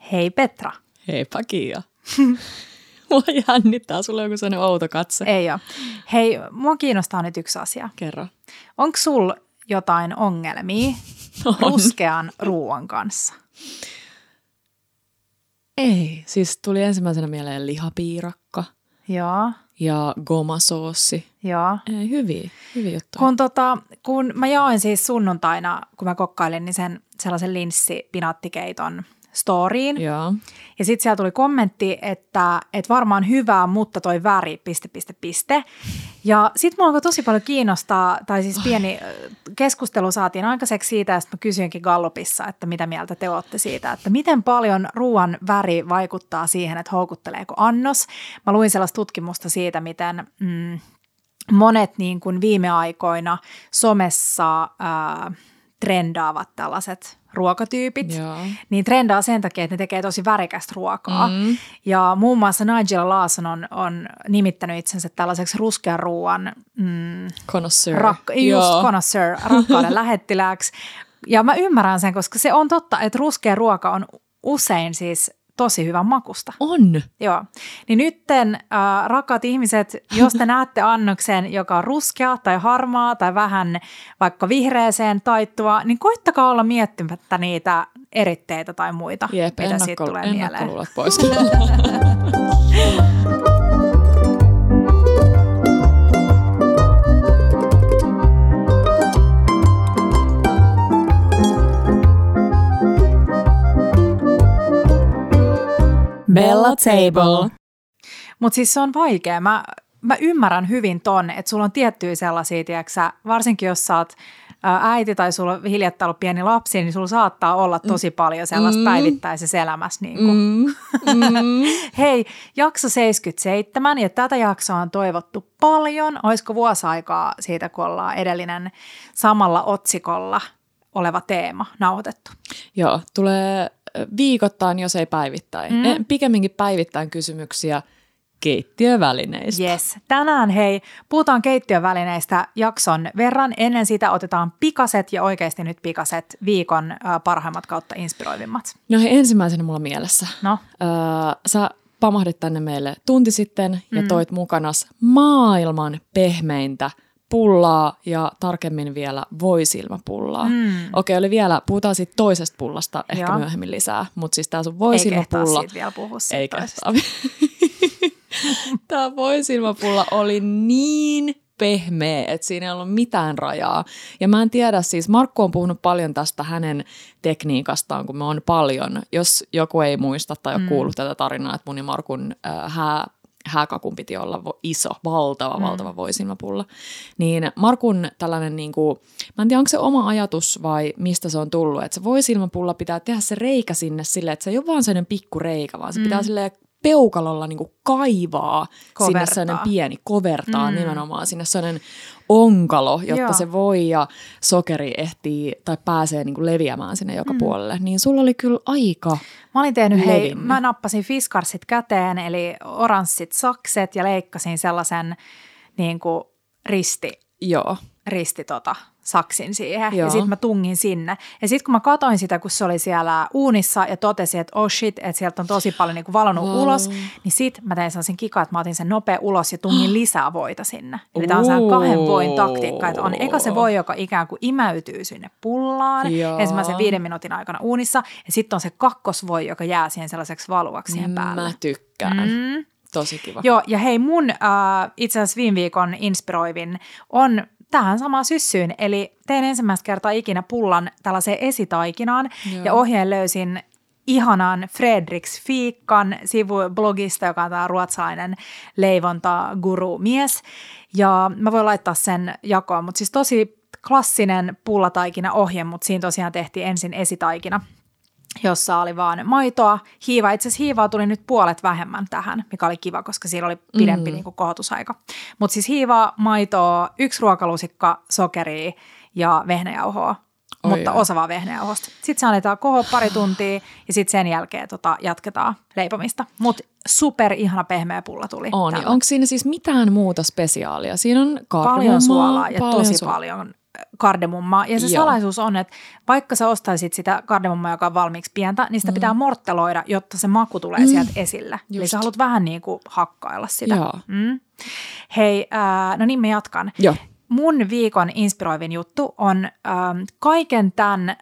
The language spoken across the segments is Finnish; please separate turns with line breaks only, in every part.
Hei Petra.
Heipä Kiia. Mua jännittää, sulla on joku sellainen outo katse.
Ei ole. Hei, mua kiinnostaa nyt yksi asia.
Kerro.
Onko sul jotain ongelmia ruskean ruoan kanssa?
Ei, siis tuli ensimmäisenä mieleen lihapiirakka.
Joo.
Ja gomasoossi.
Joo.
Ei, hyviä juttuja.
Kun mä jaoin siis sunnuntaina, kun mä kokkailin, niin sellaisen linssipinaattikeiton storyin.
Joo.
Ja sitten siellä tuli kommentti, että varmaan hyvää, mutta toi väri, ... Ja sitten mua alkoi tosi paljon kiinnostaa, tai siis pieni keskustelu saatiin aikaiseksi siitä, ja sitten mä kysyinkin Gallupissa, että mitä mieltä te olette siitä, että miten paljon ruoan väri vaikuttaa siihen, että houkutteleeko annos. Mä luin sellaista tutkimusta siitä, miten monet niin kuin viime aikoina somessa trendaavat tällaiset ruokatyypit,
Joo.
niin trendaa sen takia, että ne tekee tosi värikästä ruokaa. Ja muun muassa Nigel Lawson on nimittänyt itsensä tällaiseksi ruskean ruoan
Connoisseur.
Connoisseur, rakkauden lähettilääksi. Ja mä ymmärrän sen, koska se on totta, että ruskea ruoka on usein siis tosi hyvän makusta.
On.
Joo. Niin nytten, rakkaat ihmiset, jos te näette annoksen, joka on ruskea tai harmaa tai vähän vaikka vihreäseen taittua, niin koittakaa olla miettimättä niitä eritteitä tai muita, mitä siitä tulee mieleen.
Ennakkoluulot pois.
Bella Table. Mutta siis se on vaikea. Mä ymmärrän hyvin ton, että sulla on tiettyjä sellaisia, tiiäksä, varsinkin jos sä oot äiti tai sulla on hiljattain ollut pieni lapsi, niin sulla saattaa olla tosi paljon sellaista päivittäisessä elämässä. Niin kuin. Hei, jakso 77 ja tätä jaksoa on toivottu paljon. Olisiko vuosi aikaa siitä, kun ollaan edellinen samalla otsikolla oleva teema nauhoitettu?
Joo, tulee viikoittain, jos ei päivittäin. Pikemminkin päivittäin kysymyksiä keittiövälineistä.
Yes. Tänään puhutaan keittiövälineistä jakson verran. Ennen sitä otetaan pikaset ja oikeasti nyt pikaset viikon parhaimmat kautta inspiroivimmat.
No hei, ensimmäisenä mulla mielessä.
No?
Sä pamahdit tänne meille tunti sitten ja toit mukanas maailman pehmeintä pullaa ja tarkemmin vielä voisilmapullaa. Okei, puhutaan siitä toisesta pullasta ehkä myöhemmin lisää, mutta siis tää sun voisilmapulla.
Ei kehtaa siitä vielä puhua siitä toisesta.
Tää voisilmapulla oli niin pehmeä, että siinä ei ollut mitään rajaa. Ja mä en tiedä, siis Markku on puhunut paljon tästä hänen tekniikastaan, kun me on paljon. Jos joku ei muista tai ole kuullut tätä tarinaa, että mun ja Markun hääkakun piti olla iso, valtava voisilmapulla. Niin Markun tällainen, niin kuin, mä en tiedä onko se oma ajatus vai mistä se on tullut, että se voisilmapulla pitää tehdä se reikä sinne silleen, että se ei ole vaan sellainen pikku reikä, vaan se pitää silleen peukalolla niin kuin kaivaa sinne sellainen pieni, kovertaa nimenomaan sinne sellainen onkalo, jotta se voi ja sokeri ehtii tai pääsee niin kuin leviämään sinne joka puolelle. Niin sulla oli kyllä aika
Mä olin tehnyt, mä nappasin fiskarsit käteen, eli oranssit sakset ja leikkasin sellaisen niin kuin risti saksin siihen. Joo. Ja sitten mä tungin sinne. Ja sitten kun mä katoin sitä, kun se oli siellä uunissa ja totesin, että oh shit, että sieltä on tosi paljon niin kuin valonnut ulos, niin sitten mä tein sellaisen kikan, että mä otin sen nopea ulos ja tungin lisää voita sinne. Eli tää on sellainen 2 voin taktiikka, että on eka se voi, joka ikään kuin imäytyy sinne pullaan ensimmäisen 5 minuutin aikana uunissa, ja sitten on se kakkosvoi, joka jää siihen sellaiseksi valuaksi siihen päälle.
Mä tykkään. Tosi kiva.
Joo, ja hei mun itse asiassa viime viikon inspiroivin on tähän samaan syssyyn, eli tein ensimmäistä kertaa ikinä pullan tällaiseen esitaikinaan ja ohjeen löysin ihanan Fredriks Fiikan sivublogista, joka on tämä ruotsalainen leivonta-guru-mies, ja mä voin laittaa sen jakoon, mutta siis tosi klassinen pullataikina-ohje, mutta siinä tosiaan tehtiin ensin esitaikina, jossa oli vaan maitoa, hiivaa. Itse asiassa hiivaa tuli nyt puolet vähemmän tähän, mikä oli kiva, koska siinä oli pidempi niin kuin kohotusaika. Mutta siis hiivaa, maitoa, 1 ruokalusikka sokeria ja vehnäjauhoa, mutta osa vaan vehnäjauhosta. Sitten se annetaan kohoa pari tuntia ja sitten sen jälkeen jatketaan leipomista. Mutta super ihana pehmeä pulla tuli.
Onko siinä siis mitään muuta spesiaalia? Siinä on
paljon suolaa ja tosi paljon kardemummaa. Ja se
Joo.
salaisuus on, että vaikka sä ostaisit sitä kardemummaa, joka on valmiiksi pientä, niin sitä pitää mortteloida, jotta se maku tulee sieltä esille. Eli sä haluat vähän niin kuin hakkailla sitä.
Joo.
Hei, no niin mä jatkan.
Joo.
Mun viikon inspiroivin juttu on kaiken tämän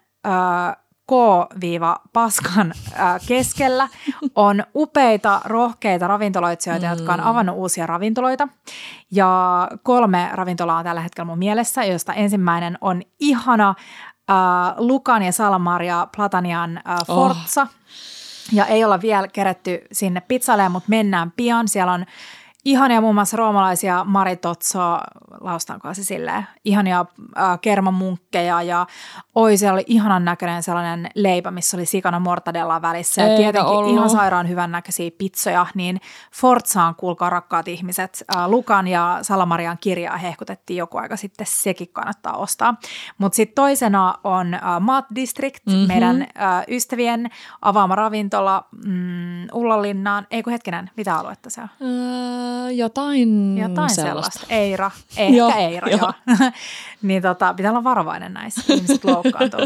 K-paskan keskellä on upeita, rohkeita ravintoloitsijoita, jotka on avannut uusia ravintoloita. Ja 3 ravintolaa on tällä hetkellä mun mielessä, josta ensimmäinen on ihana Lukan ja Salmar ja Platanian Forza. Ja ei olla vielä keretty sinne pizzalle, mutta mennään pian. Siellä on ihania muun muassa roomalaisia maritozzo, laustaanko se silleen, ihania kermamunkkeja ja siellä oli ihanan näköinen sellainen leipä, missä oli sikana mortadellaa välissä ja tietenkin ihan sairaan hyvän näköisiä pizzoja, niin Forzaan kuulkaa rakkaat ihmiset, Lukan ja Salamarian kirjaa hehkutettiin joku aika sitten, sekin kannattaa ostaa. Mutta sitten toisena on Mat District, meidän ystävien avaama ravintola Ullanlinnaan, mitä aluetta se on?
Jotain
sellaista. Eira. Ehkä Eira, joo. Niin pitää olla varovainen näissä. Ihmiset loukkaantuu.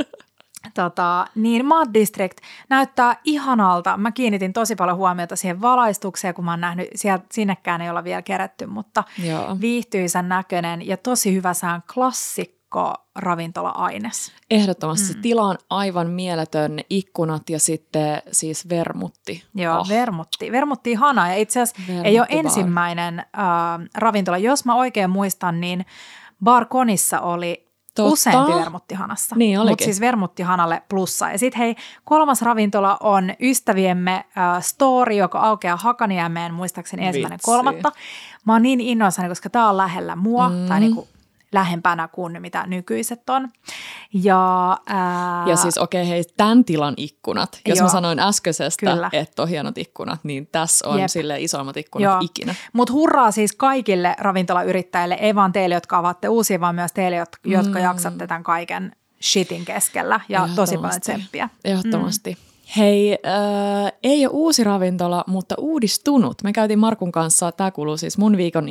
Niin Mat District näyttää ihanalta. Mä kiinnitin tosi paljon huomiota siihen valaistukseen, kun mä oon nähnyt, sinnekään ei olla vielä kerätty, mutta viihtyisän näköinen ja tosi hyvä sään klassikko ravintola-aines.
Ehdottomasti. Tila on aivan mieletön, ikkunat ja sitten siis vermutti.
Joo, vermutti ihana. Ja itse asiassa ei ole ensimmäinen ravintola. Jos mä oikein muistan, niin Bar Conissa oli useampi vermuttihanassa.
Niin olikin.
Mutta siis vermuttihanalle plussa. Ja sitten hei, 3. ravintola on ystäviemme Story, joka aukeaa Hakaniemeen muistaakseni 1.3. Mä oon niin innoissani, koska tää on lähellä mua, tai niinku lähempänä kuin mitä nykyiset on. Ja
siis hei, tämän tilan ikkunat. Jos mä sanoin äskeisestä, että on hienot ikkunat, niin tässä on sille isoimmat ikkunat ikinä.
Mutta hurraa siis kaikille ravintolayrittäjille, ei vaan teille, jotka avaatte uusia, vaan myös teille, jotka jaksatte tämän kaiken shitin keskellä ja tosi paljon tsemppiä.
Ehdottomasti. Hei, ei ole uusi ravintola, mutta uudistunut. Me käytiin Markun kanssa, tämä kuuluu siis mun viikon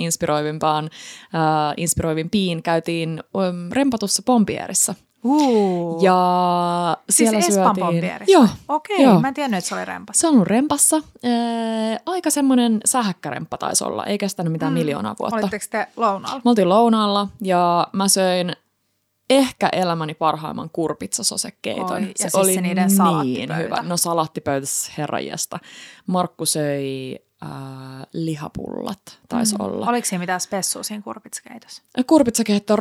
inspiroivimpiin, käytiin Rempatussa Pompierissa. Ja siellä
siis
syötiin.
Pompierissa?
Joo.
Okei, mä en tiennyt, että se oli Rempassa.
Se on ollut Rempassa. Aika semmoinen sähäkkäremppa taisi olla, ei kestänyt mitään miljoonaa vuotta.
Olitteko te lounaalla?
Me oltiin lounaalla ja mä söin ehkä elämäni parhaimman kurpitsasosekeiton.
Se oli se niiden
niin hyvä. No salattipöytässä herranjesta. Markku söi lihapullat, taisi olla.
Oliko siinä mitään spessua siinä kurpitsakeitossa?
Kurpitsakeitto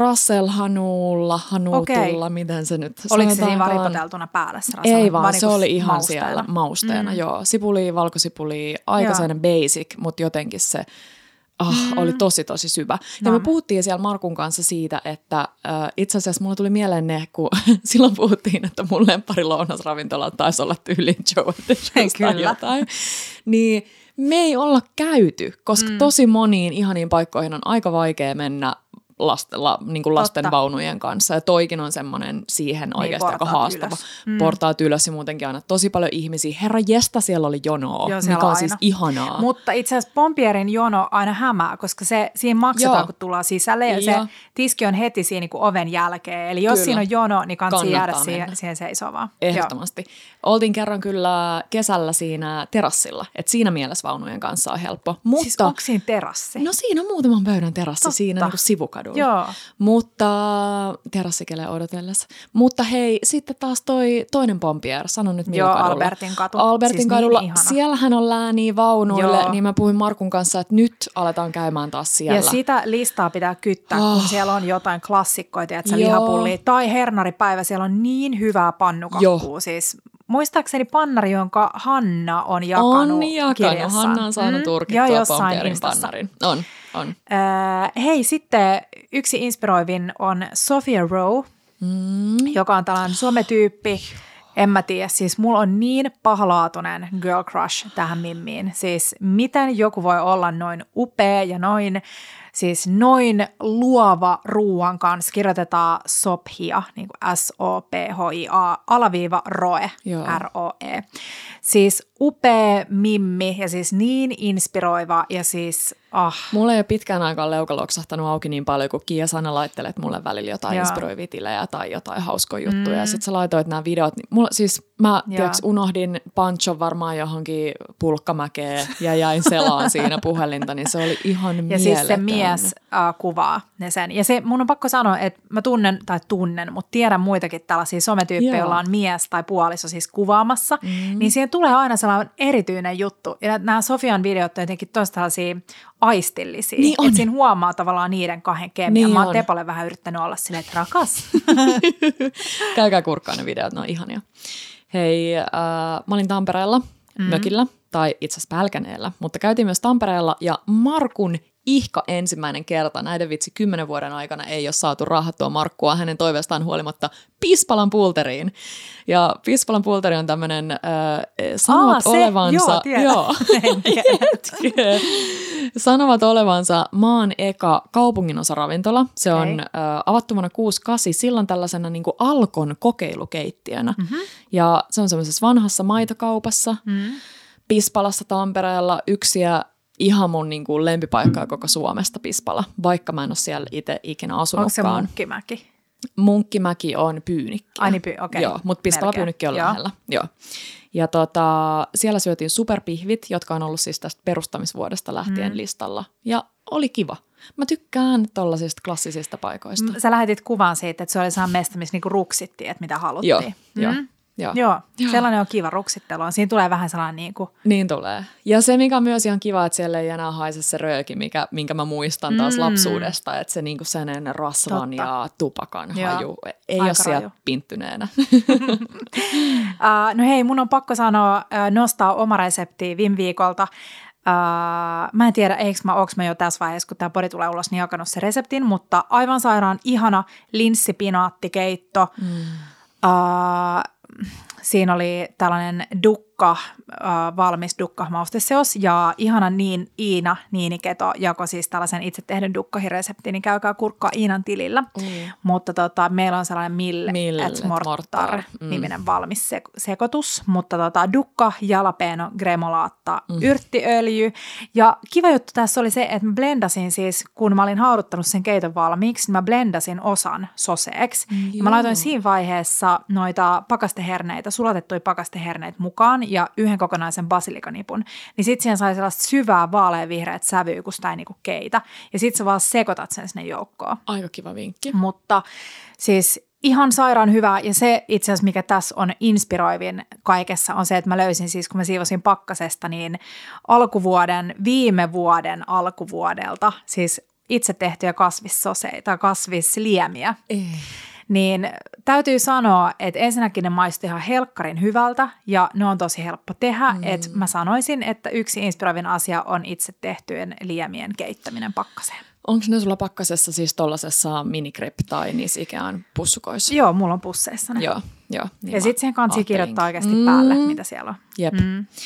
hanuutulla, miten se nyt
sanotaan. Oliko se siinä varipoteltuna päällä se rasel?
Ei vaan, se oli ihan mausteena. Siellä mausteena, joo. Sipulia, valkosipulia, aika sellainen basic, mutta jotenkin se oli tosi, tosi syvä. Ja me puhuttiin siellä Markun kanssa siitä, että itse asiassa mulle tuli mieleen ne, kun silloin puhuttiin, että mun lemppari lounasravintola taisi olla tyyliin Joe tai jotain. Niin me ei olla käyty, koska tosi moniin ihaniin paikkoihin on aika vaikea mennä lasten vaunujen kanssa. Ja toikin on semmoinen siihen oikeasti aika haastava. Portaat ylös ja muutenkin aina tosi paljon ihmisiä. Herra jesta, siellä oli jonoa, mikä on siis ihanaa.
Mutta itse asiassa Pompierin jono aina hämää, koska siinä maksetaan, kun tullaan sisälle. Ja se tiski on heti siinä niin kuin oven jälkeen. Eli jos siinä on jono, niin kannattaa jäädä siihen seisomaan.
Ehdottomasti. Oltiin kerran kyllä kesällä siinä terassilla. Että siinä mielessä vaunujen kanssa on helppo. Mutta,
siis onko siinä terassi?
No siinä on muutaman pöydän terassi siinä niin kuin sivukadulla.
Joo.
Mutta terassikele odotellessa. Mutta hei, sitten taas toinen Pompier, sanon nyt millä kadulla.
Albertin katu.
Albertin
siis
kadulla.
Niin
siellähän on lääniä vaunuille, niin mä puhuin Markun kanssa, että nyt aletaan käymään taas siellä.
Ja sitä listaa pitää kyttää, kun siellä on jotain klassikkoita, että lihapullia tai hernaripäivä, siellä on niin hyvää pannukakkuu. Siis muistaakseni pannari, jonka Hanna on jakanut kirjassaan.
Hanna on saanut turkittua Pompierin pannarin. On.
Hei, sitten yksi inspiroivin on Sophia Rowe, joka on tällainen sometyyppi. En mä tiedä, siis mulla on niin pahalaatuinen girl crush tähän mimmiin. Siis miten joku voi olla noin upea ja noin siis noin luova ruuan kanssa kirjoitetaan Sophia, niin kuin SOPHIA, _ROE, ROE. Siis upea mimmi ja siis niin inspiroiva ja siis
Mulla ei ole pitkään aikaan leuka loksahtanut auki niin paljon, kun Kiia Sana laittelet mulle välillä jotain inspiroivia tilejä tai jotain hauskoja juttuja. Ja sit sä laitoit nämä videot. Mulla, siis mä unohdin Panchon varmaan johonkin Pulkkamäkeen ja jäin selaan siinä puhelinta, niin se oli ihan mieletön.
Ja siis se mies kuvaa ne sen. Ja se, mun on pakko sanoa, että mä tunnen, mutta tiedän muitakin tällaisia sometyyppejä, joilla on mies tai puoliso siis kuvaamassa, niin siihen tulee aina sellainen erityinen juttu. Ja nämä Sofian videot on jotenkin toista tällaisia aistillisia. Niin että siinä huomaa tavallaan niiden kahden kemian. Niin mä oon Tepolle vähän yrittänyt olla silleen, että rakas.
Käykää kurkkaan ne videot, ne on ihania. Hei, mä olin Tampereella mökillä, tai itse asiassa Pälkäneellä, mutta käytiin myös Tampereella ja Markun ensimmäinen kerta näiden 10 vuoden aikana ei ole saatu raahattua Markkua hänen toiveestaan huolimatta Pispalan Pulteriin. Ja Pispalan Pulteri on tämmöinen sanovat olevansa... sanovat olevansa maan eka kaupunginosaravintola. Se on avattu vuonna 68 silloin tällaisena niin kuin Alkon kokeilukeittiönä. Ja se on semmoisessa vanhassa maitokaupassa Pispalassa Tampereella, yksiä ihan mun niin kuin lempipaikkaa koko Suomesta Pispala, vaikka mä en ole siellä itse ikinä asunutkaan.
Onko se Munkkimäki?
Munkkimäki on Pyynikki.
Ai niin, okei.
Joo, mutta Pispala Pyynikki on lähellä. Joo. Ja siellä syötiin superpihvit, jotka on ollut siis tästä perustamisvuodesta lähtien listalla. Ja oli kiva. Mä tykkään tollasista klassisista paikoista.
Sä lähetit kuvan siitä, että se oli sellainen mesta, missä niinku ruksittiin, että mitä haluttiin. Joo, sellainen on kiva ruksittelu. Siinä tulee vähän sellainen niin kuin...
Niin tulee. Ja se, mikä on myös ihan kiva, että siellä ei enää haise se rööki, minkä mä muistan taas lapsuudesta. Että se niin kuin sen rasvan ja tupakan haju ei ole siellä pinttyneenä.
No hei, mun on pakko sanoa, nostaa oma resepti viime viikolta. Mä en tiedä, onko mä jo tässä vaiheessa, kun tämä podi tulee ulos, niin jakanut se reseptin, mutta aivan sairaan ihana linssipinaattikeitto. Siinä oli tällainen valmis dukkahmausteseos ja ihana Iina Niiniketo jakoi siis tällaisen itse tehdyn dukkahireseptin, niin käykää kurkkaa Iinan tilillä. Mutta meillä on sellainen Mille et Mortar niminen valmis sekoitus, mutta dukka, jalapeno, gremolaatta, yrttiöljy. Ja kiva juttu tässä oli se, että mä blendasin siis, kun mä olin hauduttanut sen keiton valmiiksi, niin mä blendasin osan soseeksi. Ja mä laitoin siinä vaiheessa noita pakasteherneitä, sulatettuja pakasteherneitä mukaan ja yhden kokonaisen basilikanipun, niin sitten siihen sai sellaista syvää vaaleanvihreät sävyä, kun sitä ei niinku keitä. Ja sitten sä vaan sekoitat sen sinne joukkoon.
Aika kiva vinkki.
Mutta siis ihan sairaan hyvä. Ja se itse asiassa, mikä tässä on inspiroivin kaikessa, on se, että mä löysin siis, kun mä siivosin pakkasesta, niin viime vuoden alkuvuodelta, siis itse tehtyjä kasvissoseita, kasvisliemiä. Niin täytyy sanoa, että ensinnäkin ne maistui ihan helkkarin hyvältä ja ne on tosi helppo tehdä. Että mä sanoisin, että yksi inspiroivin asia on itse tehtyjen liemien keittäminen pakkaseen.
Onko ne sulla pakkasessa siis tollasessa minikrep tai niissä ikään pussukoissa?
Joo, mulla on pusseissa ne.
Joo.
Niin ja sitten siihen kansi kirjoittaa oikeasti päälle, mitä siellä on.
Jep.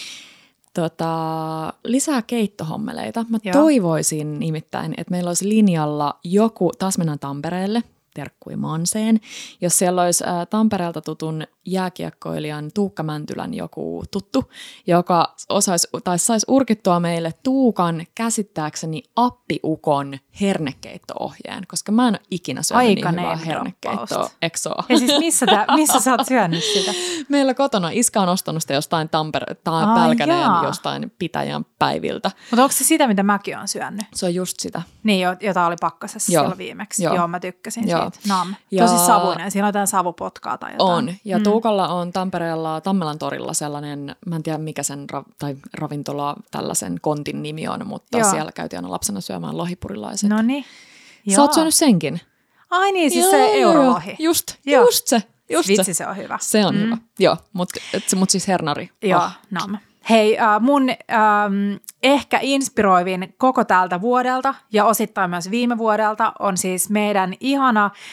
Lisää keittohommeleita. Mä toivoisin nimittäin, että meillä olisi linjalla joku, taas mennään Tampereelle, terkkui Manseen. Jos siellä olisi Tampereelta tutun jääkiekkoilijan Tuukka Mäntylän joku tuttu, joka saisi urkittua meille Tuukan käsittääkseni appiukon hernekeitto-ohjeen, koska mä en ole ikinä syönyt niin hyvää hernekeittoa. Eksoo.
Ja siis missä sä oot syönyt sitä?
Meillä kotona iskä on ostanut sitä jostain Pälkäneen jostain pitäjän päiviltä.
Mutta onko se sitä, mitä mäkin olen syönyt?
Se on just sitä.
Niin, jota oli pakkasessa silloin viimeksi. Joo, mä tykkäsin siitä. Tosi savuinen. Siinä on jotain savupotkaa tai jotain.
On. Ja Tuukalla on Tampereella Tammelan torilla sellainen, mä en tiedä mikä sen ravintola tällaisen kontin nimi on, mutta siellä käytiin aina lapsena syömään lohipurilaiset.
Noniin.
Sä oot syönyt senkin.
Ai niin, siis se eurolohi.
Just se.
Vitsi, se on hyvä.
Se on hyvä. Joo, mutta siis hernari.
Joo, Hei, mun ehkä inspiroivin koko tältä vuodelta ja osittain myös viime vuodelta on siis meidän ihana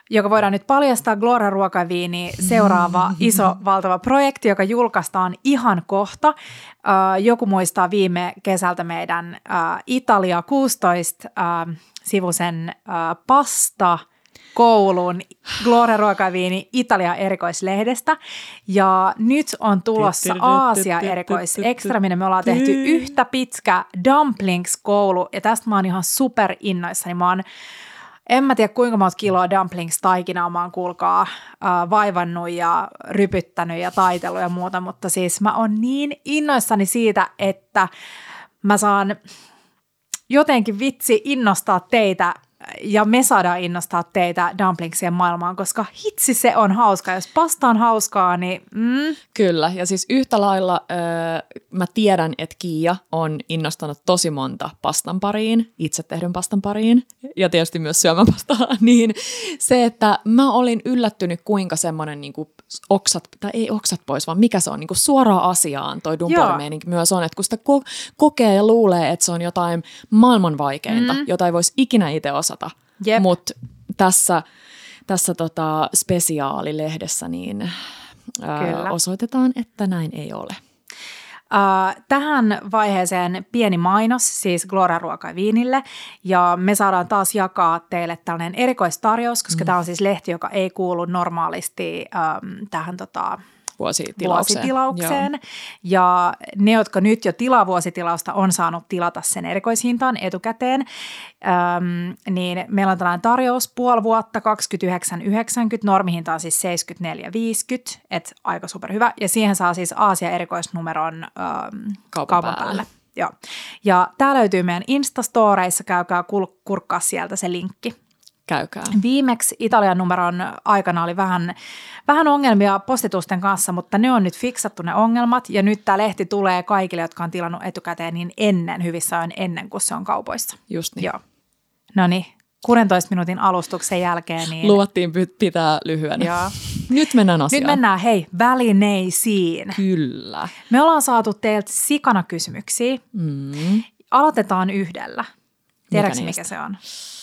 joka voidaan nyt paljastaa, Gloria Ruokaviini, seuraava iso valtava projekti, joka julkaistaan ihan kohta. Joku muistaa viime kesältä meidän Italia 16-sivuisen pasta koulun Gloria Ruokaviini Italia erikoislehdestä. Ja nyt on tulossa Aasia erikoisekstra, minne me ollaan tehty yhtä pitkä dumplings-koulu. Ja tästä mä oon ihan super innoissani. En mä tiedä kuinka monta kiloa dumplings-taikinaa mä oon kuulkaa vaivannut ja rypyttänyt ja taitellut ja muuta. Mutta siis mä oon niin innoissani siitä, että mä saan jotenkin vitsi innostaa teitä ja me saadaan innostaa teitä dumplingsien maailmaan, koska hitsi se on hauskaa. Jos pasta on hauskaa, niin
Kyllä, ja siis yhtä lailla mä tiedän, että Kiia on innostanut tosi monta pastan pariin, itse tehdyn pastan pariin, ja tietysti myös syömäpastaa, niin se, että mä olin yllättynyt, kuinka semmoinen niinku oksat, tai ei oksat pois, vaan mikä se on, niinku suoraan asiaan toi dumppari-meininki myös on, että kun sitä kokee ja luulee, että se on jotain maailman vaikeinta, jota ei voisi ikinä itse osata, mutta tässä spesiaalilehdessä niin osoitetaan, että näin ei ole.
Tähän vaiheeseen pieni mainos, siis Gloria Ruokaviinille, ja me saadaan taas jakaa teille tällainen erikoistarjous, koska tämä on siis lehti, joka ei kuulu normaalisti tähän vuositilaukseen. Joo. Ja ne, jotka nyt jo tilaa vuositilausta, on saanut tilata sen erikoishintaan etukäteen. Niin meillä on tällainen tarjous puoli vuotta 29,90, normihinta on siis 74,50, että aika superhyvä. Ja siihen saa siis Aasia erikoisnumeron kaupan päälle. Joo. Ja tämä löytyy meidän Instastoreissa, käykää kurkkaa sieltä se linkki.
Käykää.
Viimeksi Italian numeron aikana oli vähän ongelmia postitusten kanssa, mutta ne on nyt fiksattu ne ongelmat. Ja nyt tämä lehti tulee kaikille, jotka on tilannut etukäteen niin hyvissä ajoin ennen kuin se on kaupoissa.
Just niin.
Joo. No niin, 16 minuutin alustuksen jälkeen. Niin
luvattiin pitää lyhyenä.
Joo.
Nyt mennään asiaan.
Nyt mennään, välineisiin.
Kyllä.
Me ollaan saatu teiltä sikana kysymyksiä. Aloitetaan yhdellä. Tiedätkö mikä se on?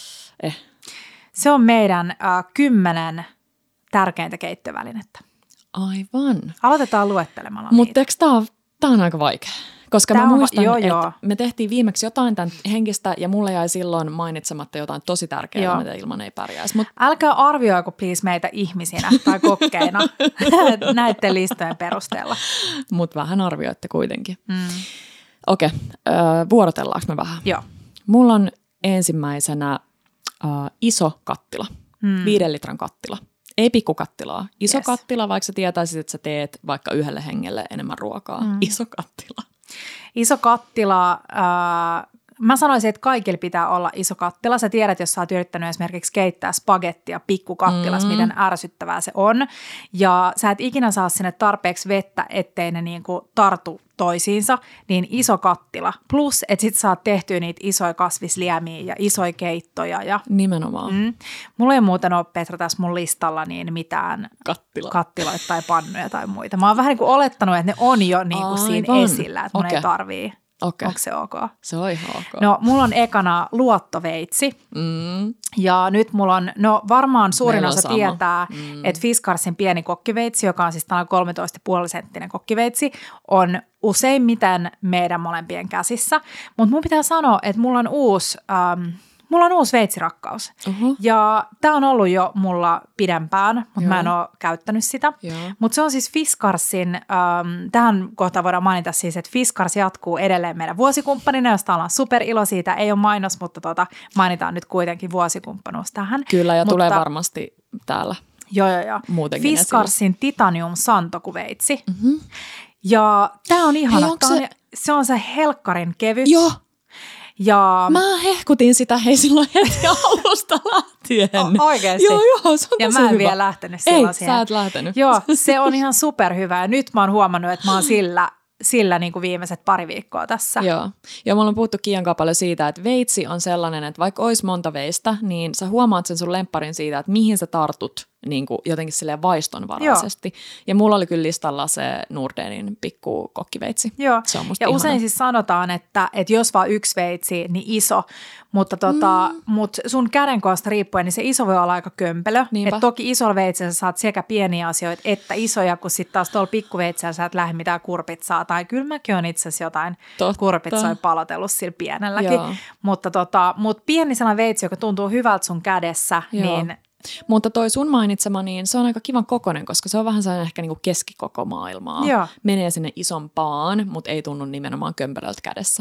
Se on meidän 10 tärkeintä keittovälinettä.
Aivan.
Aloitetaan luettelemalla niitä.
Mutta eikö tämä on aika vaikea? Koska mä muistan, että me tehtiin viimeksi jotain tämän henkistä ja mulle jäi silloin mainitsematta jotain tosi tärkeää, mitä ilman ei pärjäisi.
Älkää arvioiko please meitä ihmisinä tai kokkeina näiden listojen perusteella.
Mutta vähän arvioitte kuitenkin. Okei, vuorotellaanko me vähän?
Joo.
Mulla on ensimmäisenä iso kattila, 5 litran kattila. Ei pikkukattilaa. Iso kattila, vaikka sä tietäisit, että sä teet vaikka yhdelle hengelle enemmän ruokaa. Iso kattila.
Iso kattila. Mä sanoisin, että kaikilla pitää olla iso kattila. Sä tiedät, jos sä oot yrittänyt esimerkiksi keittää spagettia pikkukattilassa, miten ärsyttävää se on. Ja sä et ikinä saa sinne tarpeeksi vettä, ettei ne niinku tartu toisiinsa, niin iso kattila. Plus, että sit saat tehtyä niitä isoja kasvisliemiä ja isoja keittoja. Ja
nimenomaan.
Mulla ei muuten ole, Petra, tässä mun listalla niin mitään kattiloita tai pannuja tai muita. Mä oon vähän niin kuin olettanut, että ne on jo niin kuin siinä esillä, että mun ei tarvii.
Okay.
Onko se ok?
Se on ihan ok.
No, mulla on ekana luottoveitsi. Ja nyt mulla on, varmaan suurin osa tietää, että Fiskarsin pieni kokkiveitsi, joka on siis tällainen 13,5-senttinen kokkiveitsi, on useimmiten meidän molempien käsissä. Mutta mun pitää sanoa, että mulla on uusi veitsirakkaus. Ja tämä on ollut jo mulla pidempään, mutta mä en ole käyttänyt sitä. Mutta se on siis Fiskarsin, tähän kohtaan voidaan mainita siis, että Fiskars jatkuu edelleen meidän vuosikumppanina, josta ollaan superiloisia. Siitä ei ole mainos, mutta mainitaan nyt kuitenkin vuosikumppanuus tähän.
Kyllä, ja tulee varmasti täällä.
Joo.
Muutenkin
Fiskarsin esillä. Titanium Santoku-veitsi. Ja tämä on ihana. Se on se helkkarin kevyt.
Joo.
Ja
mä hehkutin sitä silloin heti alusta lähtien.
Oikeasti?
Joo, se on
ja
tosi
mä en
hyvä.
vielä lähtenyt silloin siihen.
Ei, sä et lähtenyt.
Joo, se on ihan superhyvä ja nyt mä oon huomannut, että mä oon sillä niin kuin viimeiset pari viikkoa tässä.
Joo, ja me ollaan puhuttu Kiian kanssa paljon siitä, että veitsi on sellainen, että vaikka olisi monta veistä, niin sä huomaat sen sun lempparin siitä, että mihin sä tartut niin kuin jotenkin silleen vaistonvaraisesti. Ja mulla oli kyllä listalla se Nordenin pikku kokkiveitsi.
Joo,
se on musta
ja
ihana.
usein siis sanotaan, että jos vaan yksi veitsi, niin iso, mutta mut sun kädenkoosta riippuen, niin se iso voi olla aika kömpelö. Että toki isolla veitsellä sä saat sekä pieniä asioita että isoja, kun sitten taas tuolla pikkuveitsellä sä et lähde mitään kurpitsaa. Tai kyllä mäkin on itse asiassa jotain kurpitsoja palotellut sillä pienelläkin. Mutta pieni sellainen veitsi, joka tuntuu hyvältä sun kädessä, niin...
Mutta toi sun mainitsema, niin se on aika kivan kokoinen, koska se on vähän sellainen ehkä niinku keskikoko maailmaa.
Joo.
Menee sinne isompaan, mutta ei tunnu nimenomaan kömpelöltä kädessä.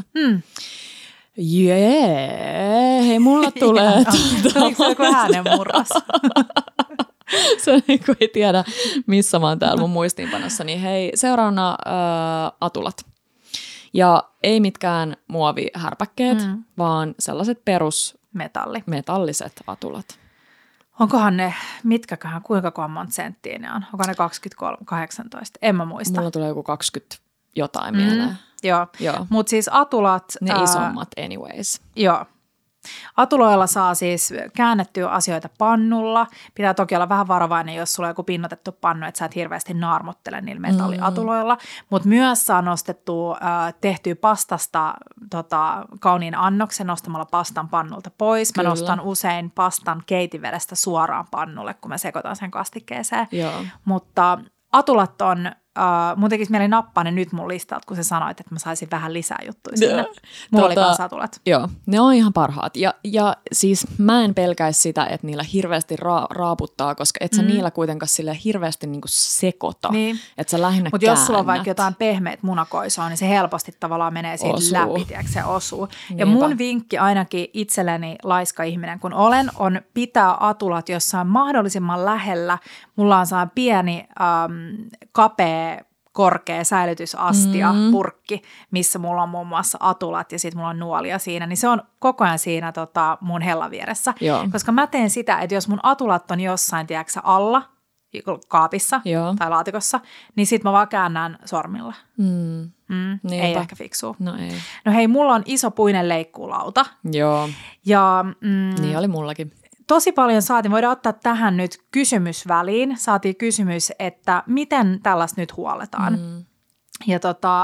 Hei, mulla tulee...
Tuliko se joku äänenmurros?
Se niinku ei tiedä, missä mä oon täällä mun muistiinpanossa. Niin hei, seuraavana atulat. Ja ei mitkään muovihärpäkkeet, vaan sellaiset metalliset atulat.
Onkohan ne, kuinka monta senttiä ne on? Onko ne 23-18? En mä muista.
Mulla tulee joku 20 jotain mieleen.
Joo. Mutta siis atulat...
Ne isommat anyways.
Joo. Atuloilla saa siis käännettyä asioita pannulla. Pitää toki olla vähän varovainen, jos sulla on joku pinnotettu pannu, että sä et hirveästi naarmuttele niillä metalliatuloilla. Mutta myös saa nostettua, tehtyä pastasta kauniin annoksen nostamalla pastan pannulta pois. Kyllä. Mä nostan usein pastan keitinvedestä suoraan pannulle, kun mä sekoitan sen kastikkeeseen.
Joo.
Mutta atulat on... mun tekisi mieli nappaa ne nyt mun listalta, kun sä sanoit, että mä saisin vähän lisää juttuja sinne. Mulla oli kanssa atulat.
Joo, ne on ihan parhaat. Ja siis mä en pelkäisi sitä, että niillä hirveästi raaputtaa, koska et sä niillä kuitenkaan sille hirveästi niinku sekoita. Niin. Että sä lähinnä
Mutta jos sulla on vaikka jotain pehmeät munakoisoa, niin se helposti tavallaan menee siitä läpi, tiedätkö, se osuu. Niinpä. Ja mun vinkki ainakin itselleni laiska ihminen, kun olen, on pitää atulat jossain mahdollisimman lähellä. Mulla on saa pieni kapea korkea säilytysastia, purkki, missä mulla on muun muassa atulat ja sitten mulla on nuolia siinä, niin se on koko ajan siinä mun hellan vieressä.
Joo.
Koska mä teen sitä, että jos mun atulat on jossain, tiedätkö, alla, kaapissa tai laatikossa, niin sit mä vaan käännän sormilla. Ei ehkä fiksua. No hei, mulla on iso puinen leikkuulauta.
Joo.
Ja,
niin oli mullakin.
Tosi paljon voidaan ottaa tähän nyt kysymysväliin. Saatiin kysymys, että miten tällaista nyt huoletaan. Ja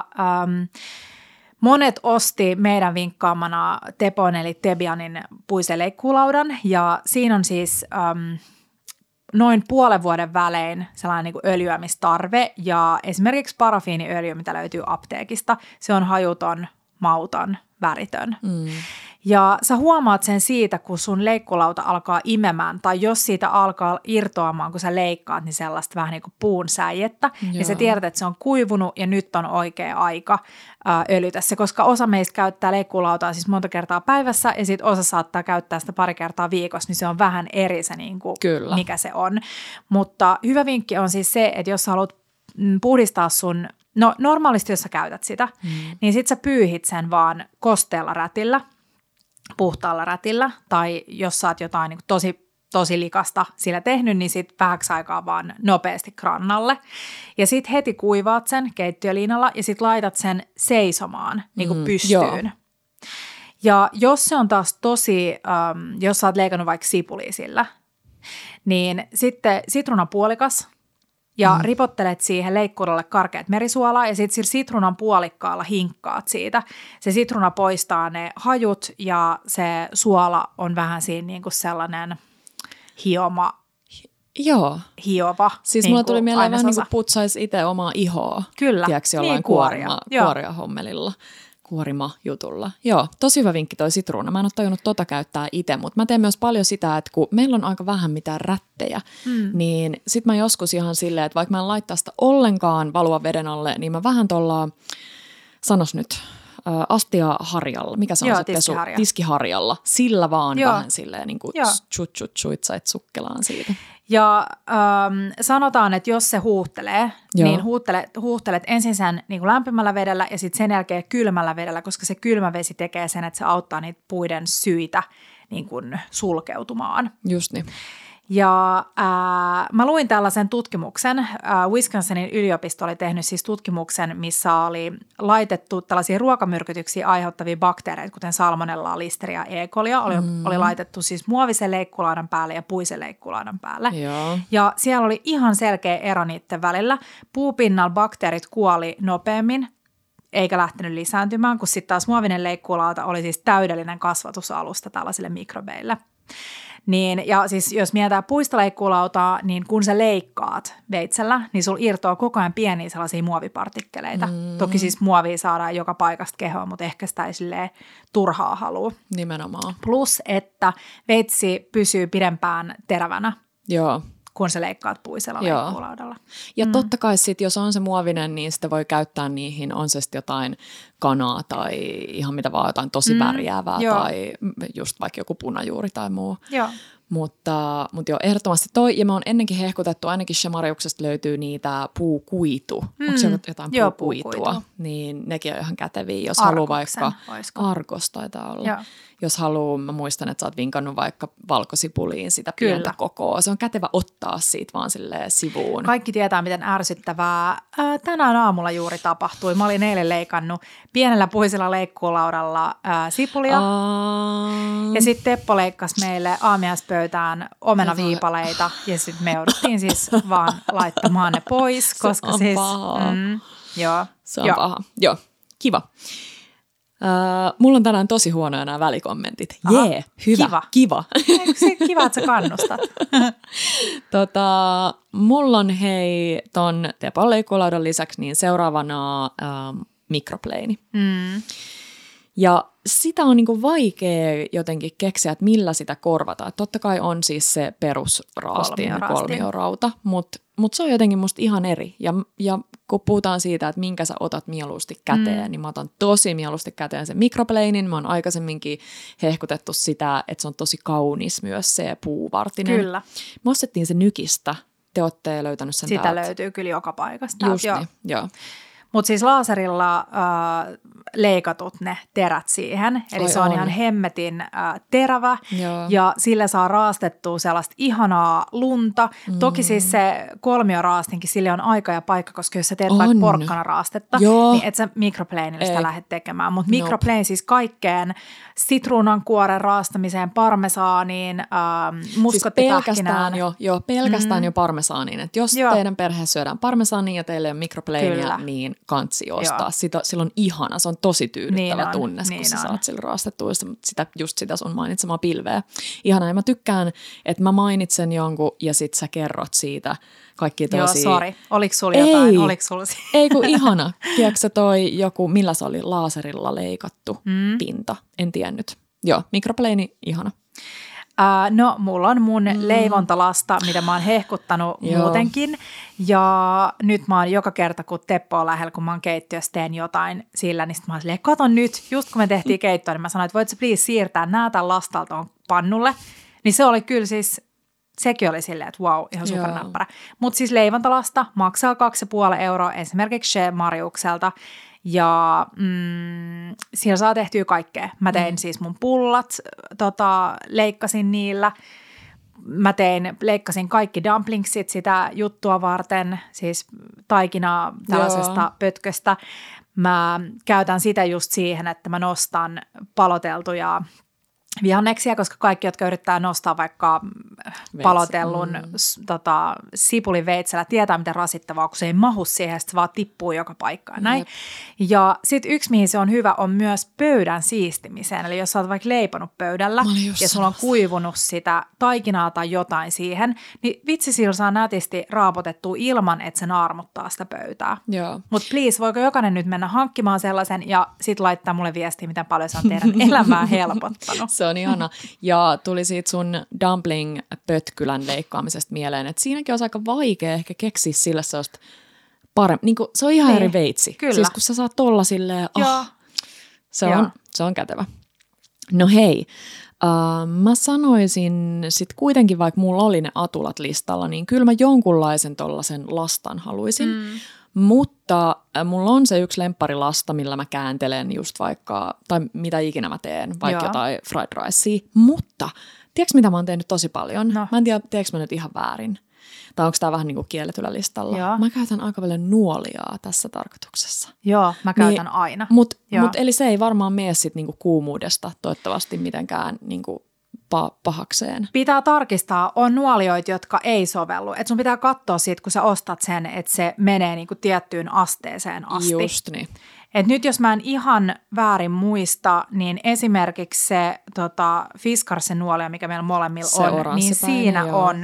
monet osti meidän vinkkaamana Tepon eli Tebianin puisen leikkuulaudan. Ja siinä on siis noin puolen vuoden välein sellainen niin kuin öljyämistarve. Ja esimerkiksi parafiiniöljy, mitä löytyy apteekista, se on hajuton, mauton, väritön. Ja sä huomaat sen siitä, kun sun leikkulauta alkaa imemään, tai jos siitä alkaa irtoamaan, kun sä leikkaat, niin sellaista vähän niin kuin puun säijettä, niin sä tiedät, että se on kuivunut ja nyt on oikea aika öljytä se, koska osa meistä käyttää leikkulautaa siis monta kertaa päivässä, ja sitten osa saattaa käyttää sitä pari kertaa viikossa, niin se on vähän eri se, niin kuin, mikä se on. Mutta hyvä vinkki on siis se, että jos sä haluat puhdistaa sun... No normaalisti, jos sä käytät sitä, niin sit sä pyyhit sen vaan kosteella rätillä, puhtaalla rätillä, tai jos sä oot jotain niin tosi likasta sillä tehnyt, niin sit vähäksi aikaa vaan nopeasti krannalle. Ja sit heti kuivaat sen keittiöliinalla ja sit laitat sen seisomaan niin kuin pystyyn. Joo. Ja jos se on taas jos sä oot leikannut vaikka sipulia sillä, niin sitten sitruunapuolikas, ja ripottelet siihen leikkurille karkeat merisuolaa ja sitten sillä sitruunan puolikkaalla hinkkaat siitä. Se sitruuna poistaa ne hajut ja se suola on vähän siinä niin kuin sellainen hiova.
Siis mulla tuli mieleen vähän niin kuin putsaisi itse omaa ihoa.
Kyllä.
Tiedätkö jollain kuoria-hommelilla. Kuorima-jutulla. Joo, tosi hyvä vinkki toi sitruuna. Mä en ole tajunnut käyttää itse, mutta mä teen myös paljon sitä, että kun meillä on aika vähän mitään rättejä, niin sit mä joskus ihan silleen, että vaikka mä en laittaa sitä ollenkaan valua veden alle, niin mä vähän sanos nyt, astiaharjalla, mikä se on se pesu? Tiskiharjalla. Sillä vaan vähän silleen niin kuin sait sukkelaan siitä.
Ja sanotaan, että jos se huuhtelee, niin huuhtelet ensin sen niin kuin lämpimällä vedellä ja sitten sen jälkeen kylmällä vedellä, koska se kylmä vesi tekee sen, että se auttaa niitä puiden syitä niin kuin sulkeutumaan.
Just niin.
Ja mä luin tällaisen tutkimuksen. Wisconsin yliopisto oli tehnyt siis tutkimuksen, missä oli laitettu tällaisia ruokamyrkytyksiä aiheuttavia bakteereita, kuten salmonellaa, listeria, E. colia. Oli laitettu siis muovisen leikkulaudan päälle ja puisen leikkulaudan päälle.
Joo.
Ja siellä oli ihan selkeä ero niiden välillä. Puupinnalla bakteerit kuoli nopeammin, eikä lähtenyt lisääntymään, kun sitten taas muovinen leikkulauta oli siis täydellinen kasvatusalusta tällaisille mikrobeille. Niin, ja siis jos mietitään puista leikkulautaa, niin kun sä leikkaat veitsellä, niin sulla irtoaa koko ajan pieniä sellaisia muovipartikkeleita. Toki siis muovia saadaan joka paikasta kehoon, mutta ehkä sitä ei silleen turhaa halua.
Nimenomaan.
Plus, että veitsi pysyy pidempään terävänä.
Joo.
Kun sä leikkaat puisella leikkulaudalla.
Ja totta kai sit, jos on se muovinen, niin sitä voi käyttää niihin, on se sitten jotain kanaa tai ihan mitä vaan, jotain tosi värjäävää tai just vaikka joku punajuuri tai muu.
Joo.
Mutta joo, ehdottomasti toi, ja me on ennenkin hehkutettu, ainakin Shemariuksesta löytyy niitä puukuitu. Onko se jotain puukuitua? Niin nekin on ihan käteviä, jos haluaa vaikka, Argos taitaa olla. Joo. Jos haluaa, mä muistan, että sä oot vinkannut vaikka valkosipuliin sitä pientä kokoa. Se on kätevä ottaa siitä vaan silleen sivuun. Kaikki
tietää, miten ärsyttävää tänään aamulla juuri tapahtui. Mä olin eilen leikannut pienellä puisella leikkulaudalla sipulia. Ja sitten Teppo leikkasi meille aamiaispöytään omenaviipaleita. Ja sitten me jouduttiin siis vaan laittamaan ne pois. Koska
se on paha.
Joo.
Se on paha. Joo, kiva. Mulla on tänään tosi huonoja nämä välikommentit. Jee, hyvä, kiva.
Eikö se kiva, että sä kannustat?
Mulla on hei ton Tepon leikkulaudan lisäksi niin seuraavana mikropleini. Ja sitä on niinku vaikea jotenkin keksiä, että millä sitä korvataan. Totta kai on siis se perusraastin kolmiorauta, mutta se on jotenkin musta ihan eri. Ja kun puhutaan siitä, että minkä sä otat mieluusti käteen, niin mä otan tosi mieluusti käteen sen mikropleinin. Mä oon aikaisemminkin hehkutettu sitä, että se on tosi kaunis myös se puuvartinen.
Kyllä.
Me ostettiin se Nykistä. Te ootte löytänyt sen
sitä
täältä.
Löytyy kyllä joka paikasta.
Just niin, joo.
Mutta siis laaserilla leikatut ne terät siihen, eli se on ihan hemmetin terävä.
Joo.
Ja sillä saa raastettua sellaista ihanaa lunta. Toki siis se kolmioraastinkin, sille on aika ja paikka, koska jos sä teet vaikka porkkanaraastetta, niin et sä mikropleinillä sitä lähde tekemään. Mutta mikroplein siis kaikkeen sitruunankuoren raastamiseen, parmesaaniin, muskottipähkinään.
Siis pelkästään jo parmesaaniin. Et jos teidän perheessä syödään parmesaania ja teille on mikropleinia, niin kantsi ostaa. Sillä on ihana, se on tosi tyydyttävä tunne, kun sä saat sillä raastettua sitä sun mainitsemaa pilveä. Ihana, ja mä tykkään, että mä mainitsen jonkun ja sit sä kerrot siitä kaikki tosi...
Joo, sori. Oliko sulla jotain?
Ei kun ihana. Tiedätkö toi joku, millä se oli laaserilla leikattu pinta? En tiennyt. Joo, mikropleini, ihana.
No, mulla on mun leivontalasta, mitä mä oon hehkuttanut muutenkin. Ja nyt mä oon joka kerta, kun Teppo on lähellä, kun mä oon keittiössä, teen jotain sillä, niin sit mä oon silleen, kato nyt, just kun me tehtiin keittoa, niin mä sanoin, että voit sä please siirtää nää tämän lastalta pannulle. Niin se oli kyllä siis, sekin oli silleen, että wow, ihan supernäppärä. Mutta siis leivontalasta maksaa 2,5 € esimerkiksi Shemariukselta. Ja siellä saa tehtyä kaikkea. Mä tein siis mun pullat, leikkasin niillä. Leikkasin kaikki dumplingsit sitä juttua varten, siis taikinaa tällaisesta pötköstä. Mä käytän sitä just siihen, että mä nostan paloteltuja vihanneksia, koska kaikki, jotka yrittää nostaa vaikka palotellun sipulin veitsellä, tietää, miten rasittavaa, kun se ei mahu siihen, se vaan tippuu joka paikkaan. Näin. Ja sitten yksi, mihin se on hyvä, on myös pöydän siistimiseen. Eli jos sä oot vaikka leiponut pöydällä ja sulla on kuivunut sitä taikinaa tai jotain siihen, niin vitsi sillä saa nätisti raapotettua ilman, että se naarmuttaa sitä pöytää. Mutta please, voiko jokainen nyt mennä hankkimaan sellaisen ja sitten laittaa mulle viestiä, miten paljon se on teidän elämää helpottanut.
Se on ihana. Ja tuli siitä sun dumpling-pötkylän leikkaamisesta mieleen, että siinäkin on aika vaikea ehkä keksiä sillä sellaista paremmin. Niin se on ihan eri veitsi.
Kyllä.
Siis kun sä saat tolla silleen, se on kätevä. No hei, mä sanoisin sit kuitenkin, vaikka mulla oli ne atulat listalla, niin kyllä mä jonkunlaisen tollasen lastan haluaisin. Mutta mulla on se yksi lempparilasta, millä mä kääntelen just vaikka, tai mitä ikinä mä teen, vaikka jotain fried ricea. Mutta Tiedätkö, mitä mä oon tehnyt tosi paljon?
No.
Mä en tiedä, teekö mä nyt ihan väärin. Tai onko tää vähän niin kuin kielletyllä listalla.
Joo.
Mä käytän aika paljon nuoliaa tässä tarkoituksessa.
Joo, mä käytän aina.
Mut eli se ei varmaan mene sit niinku kuumuudesta toivottavasti mitenkään niinku pahakseen.
Pitää tarkistaa, on nuolioita, jotka ei sovellu. Et sun pitää katsoa siitä, kun sä ostat sen, että se menee niinku tiettyyn asteeseen asti.
Just niin.
Et nyt jos mä en ihan väärin muista, niin esimerkiksi se Fiskarsen nuolio, mikä meillä molemmilla on, niin siinä on,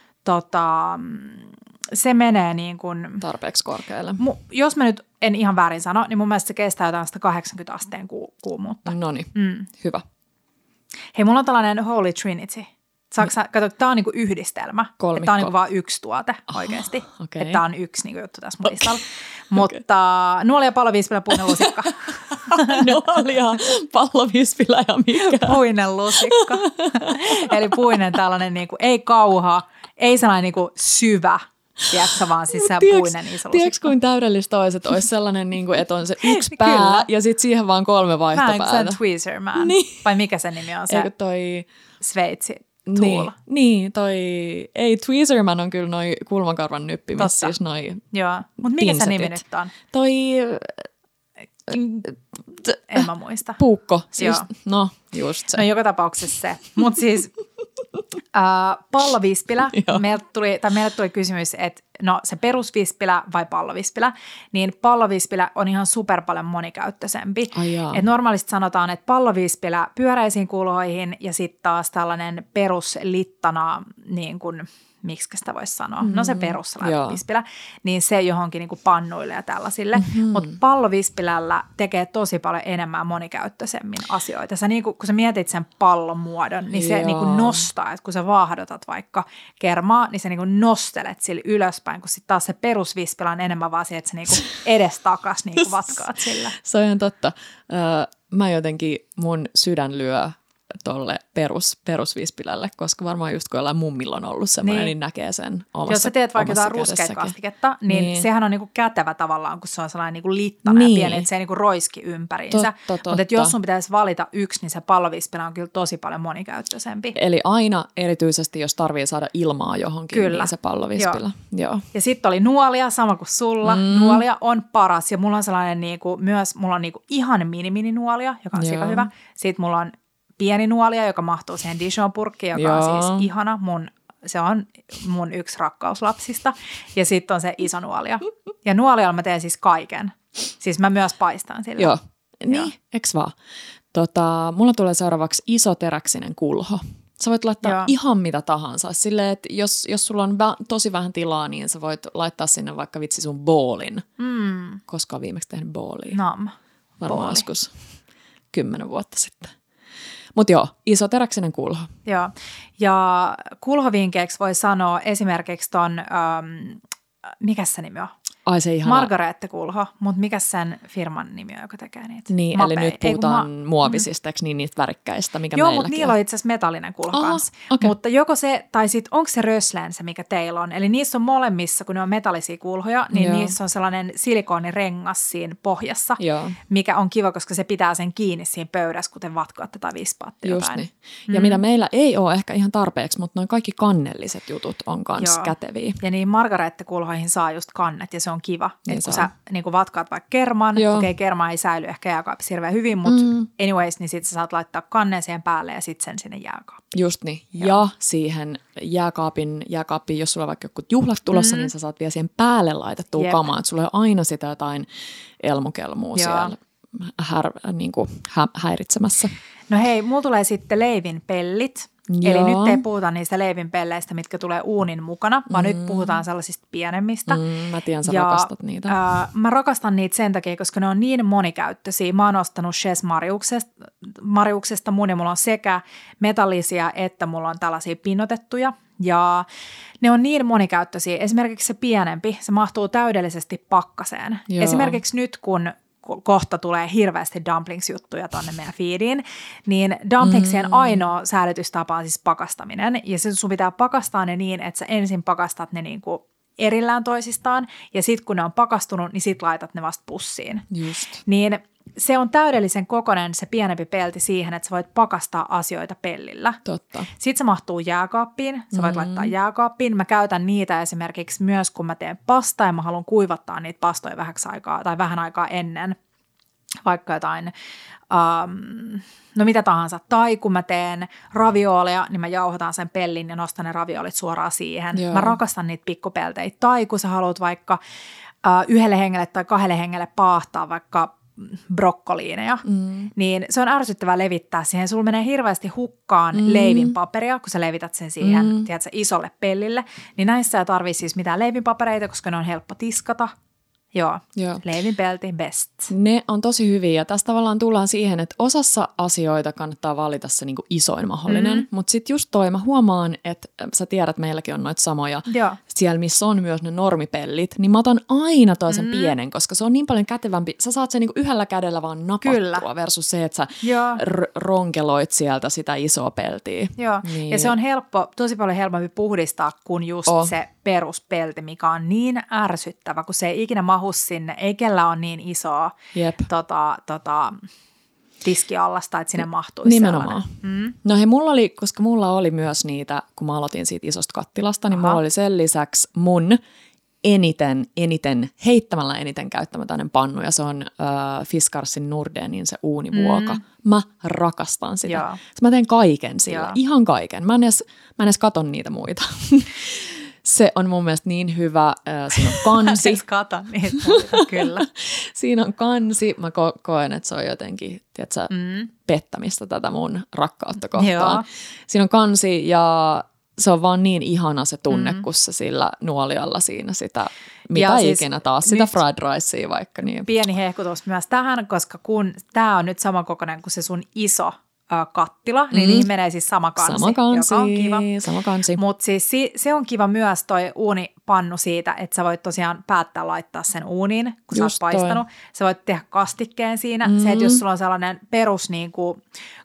se menee niin kuin
tarpeeksi korkealle.
Jos mä nyt en ihan väärin sano, niin mun mielestä se kestää jotain 180 asteen kuumuutta.
Noniin, hyvä.
Hei, mulla on tällainen Holy Trinity. Kato, tää on niinku yhdistelmä. Tää on niinku vaan yksi tuote oikeasti.
Okay.
Tää on yksi niinku juttu tässä mun listalla. Mutta nuolia, palloviispilä, puinen lusikka.
Nuolia, palloviispilä ja mikä?
Puinen lusikka. Eli puinen tällainen niinku, ei kauha, ei sellainen niinku syvä. Tiedätkö, vaan siis se puinen iso lusikka.
Tiedätkö, kuin täydellistä olisi, että olisi sellainen, niin kuin, että on se yksi pää kyllä. Ja sitten siihen vaan 3 vaihtopäätä.
Vähän sen Tweezer Man.
Niin.
Vai mikä se nimi on se?
Eikö toi
Sveitsi tool.
Niin, ei Tweezer Man on kyllä noi kulmakarvan nyppimissä, siis noi
joo, mutta mikä se nimi nyt on?
Toi
en mä muista.
Puukko, siis, no just se.
No joka tapauksessa se, mutta siis pallovispilä, meille tuli kysymys, että no se perusvispilä vai pallovispilä, niin pallovispilä on ihan super paljon monikäyttöisempi. Et normaalisti sanotaan, että pallovispilä pyöräisiin kulhoihin ja sitten taas tällainen peruslittana niin kuin miksi sitä voisi sanoa, no se perusvispilä, niin se johonkin niin kuin pannuille ja tällaisille. Mutta pallovispilällä tekee tosi paljon enemmän monikäyttöisemmin asioita. Sä niin kun sä mietit sen pallon muodon, niin se niin kuin nostaa, että kun sä vaahdotat vaikka kermaa, niin sä niin kuin nostelet sille ylöspäin, kun sitten taas se perusvispilä on enemmän vaan siihen, että sä niin kuin edestakas niin kuin vatkaat sillä.
Se on ihan totta. Mä jotenkin, mun sydän lyö tolle perusvispilälle, koska varmaan just kun jollain mummilla on ollut semmoinen, niin näkee sen omassa.
Jos sä teet vaikka jotain ruskeat kastiketta, niin sehän on niinku kätevä tavallaan, kun se on sellainen niinku littana ja pieni, että se ei niinku roiski ympäriinsä. Mutta jos sun pitäisi valita yksi, niin se pallovispilä on kyllä tosi paljon monikäyttöisempi.
Eli aina erityisesti, jos tarvii saada ilmaa johonkin, niin se pallovispilä. Joo.
Ja sitten oli nuolia, sama kuin sulla. Nuolia on paras ja mulla on sellainen mulla on ihan mini-nuolia, joka on sika hyvä. Sitten mulla on pieni nuolia, joka mahtuu siihen Dijon-purkkiin, joka on siis ihana. Se on mun yksi rakkauslapsista. Ja sitten on se iso nuolia. Ja nuolialla mä teen siis kaiken. Siis mä myös paistan sillä.
Joo. Niin, eks vaan? Mulla tulee seuraavaksi isoteräksinen kulho. Sä voit laittaa ihan mitä tahansa. Silleen, että jos sulla on tosi vähän tilaa, niin sä voit laittaa sinne vaikka vitsi sun boolin. Koska on viimeksi tehnyt boolia? Varmaan joskus 10 vuotta sitten. Mutta joo, isoteräksinen kulho.
Joo, ja kulhovinkeiksi voi sanoa esimerkiksi ton, mikä se nimi on?
Ai se ihana.
Margarete Kulho, mutta mikä sen firman nimi on, joka tekee niitä?
Niin, Mape. Eli nyt puhutaan muovisista, eikö niin niistä värikkäistä, mikä
joo,
meilläkin
mutta niillä on itse asiassa metallinen kulho kanssa.
Okay.
Mutta joko se, tai sitten onko se Röslen se, mikä teillä on? Eli niissä on molemmissa, kun ne on metallisia kulhoja, niin niissä on sellainen silikoonirengas siinä pohjassa, mikä on kiva, koska se pitää sen kiinni siinä pöydässä, kuten vatkoatte tai vispaatte jotain. Just
niin. Ja mitä meillä ei ole ehkä ihan tarpeeksi, mutta noin kaikki kannelliset jutut on myös käteviä.
Ja niin Margarete Kulhoihin saa just kannet, ja se on kiva. Niin kun sä niin kun vatkaat vaikka kerman, kerma ei säily ehkä jääkaapissa hirveän hyvin, mutta anyways, niin sit sä saat laittaa kannen siihen päälle ja sitten sen sinne jääkaappiin.
Just niin. Ja siihen jääkaapin, jos sulla on vaikka joku juhlat tulossa, niin sä saat vielä siihen päälle laitettua kamaa. Että sulla on aina sitä jotain elmukelmua siellä häiritsemässä.
No hei, mulla tulee sitten leivinpellit. Eli nyt ei puhuta niistä leivinpelleistä, mitkä tulee uunin mukana, vaan nyt puhutaan sellaisista pienemmistä.
Mä tiedän, sä rakastat niitä.
Mä rakastan niitä sen takia, koska ne on niin monikäyttöisiä. Mä oon ostanut Chez Mariuksesta mun ja mulla on sekä metallisia että mulla on tällaisia pinotettuja. Ja ne on niin monikäyttöisiä. Esimerkiksi se pienempi, se mahtuu täydellisesti pakkaseen. Joo. Esimerkiksi nyt, kun kohta tulee hirveästi dumplings-juttuja tonne meidän feediin, niin dumplingsien ainoa säilytystapa on siis pakastaminen. Ja sun pitää pakastaa ne niin, että sä ensin pakastat ne niinku erillään toisistaan, ja sitten kun ne on pakastunut, niin sit laitat ne vasta pussiin.
Just.
Niin se on täydellisen kokoinen se pienempi pelti siihen, että sä voit pakastaa asioita pellillä.
Totta.
Sitten se mahtuu jääkaappiin, sä voit laittaa jääkaappiin. Mä käytän niitä esimerkiksi myös, kun mä teen pastaa ja mä haluan kuivattaa niitä pastoja vähäksi aikaa tai vähän aikaa ennen. Vaikka jotain, no mitä tahansa. Tai kun mä teen ravioleja, niin mä jauhotan sen pellin ja nostan ne raviolit suoraan siihen. Joo. Mä rakastan niitä pikkupelteitä. Tai kun sä haluat vaikka yhdelle hengelle tai kahdelle hengelle paahtaa vaikka brokkoliineja, niin se on ärsyttävää levittää siihen. Sulla menee hirveästi hukkaan leivinpaperia, kun sä levität sen siihen tiedätkö, isolle pellille. Niin näissä ei tarvitse siis mitään leivinpapereita, koska ne on helppo tiskata. Joo. Leivinpelti best.
Ne on tosi hyviä ja tästä tavallaan tullaan siihen, että osassa asioita kannattaa valita se niinku isoin mahdollinen, mutta sitten just toi mä huomaan, että sä tiedät, meilläkin on noita samoja siellä, missä on myös ne normipellit, niin mä otan aina toisen pienen, koska se on niin paljon kätevämpi. Sä saat sen niinku yhdellä kädellä vaan napattua versus se, että sä ronkeloit sieltä sitä isoa peltiä.
Joo, niin. Ja se on tosi paljon helpompi puhdistaa kuin just se peruspelti, mikä on niin ärsyttävä, kun se ei ikinä mahu sinne, ei kellä ole niin isoa tiskiallasta, että sinne mahtuisi
nimenomaan. No hei, koska mulla oli myös niitä, kun mä aloitin siitä isosta kattilasta, niin mulla oli sen lisäksi mun heittämällä eniten käyttämä tämmöinen pannu, ja se on Fiskarsin Nordenin se uunivuoka. Mä rakastan sitä. Mä teen kaiken sillä, ihan kaiken. Mä en edes katon niitä muita. Se on mun mielestä niin hyvä. Siinä on kansi.
Katon niitä, kyllä.
Siinä on kansi. Mä koen, että se on jotenkin, tiedätkö, pettämistä tätä mun rakkautta kohtaan. Joo. Siinä on kansi ja se on vaan niin ihana se tunne, kun sä sillä nuolialla siinä sitä, mitä siis ikinä taas, sitä fried ricea vaikka. Niin.
Pieni hehkutus myös tähän, koska kun tää on nyt samankokoinen kuin se sun iso kattila, niin niihin menee siis sama kansi, joka on kiva.
Sama kansi.
Mutta siis se on kiva myös toi uunipannu siitä, että sä voit tosiaan päättää laittaa sen uuniin, kun sä oot paistanut. Sä voit tehdä kastikkeen siinä. Se, että jos sulla on sellainen perus niinku,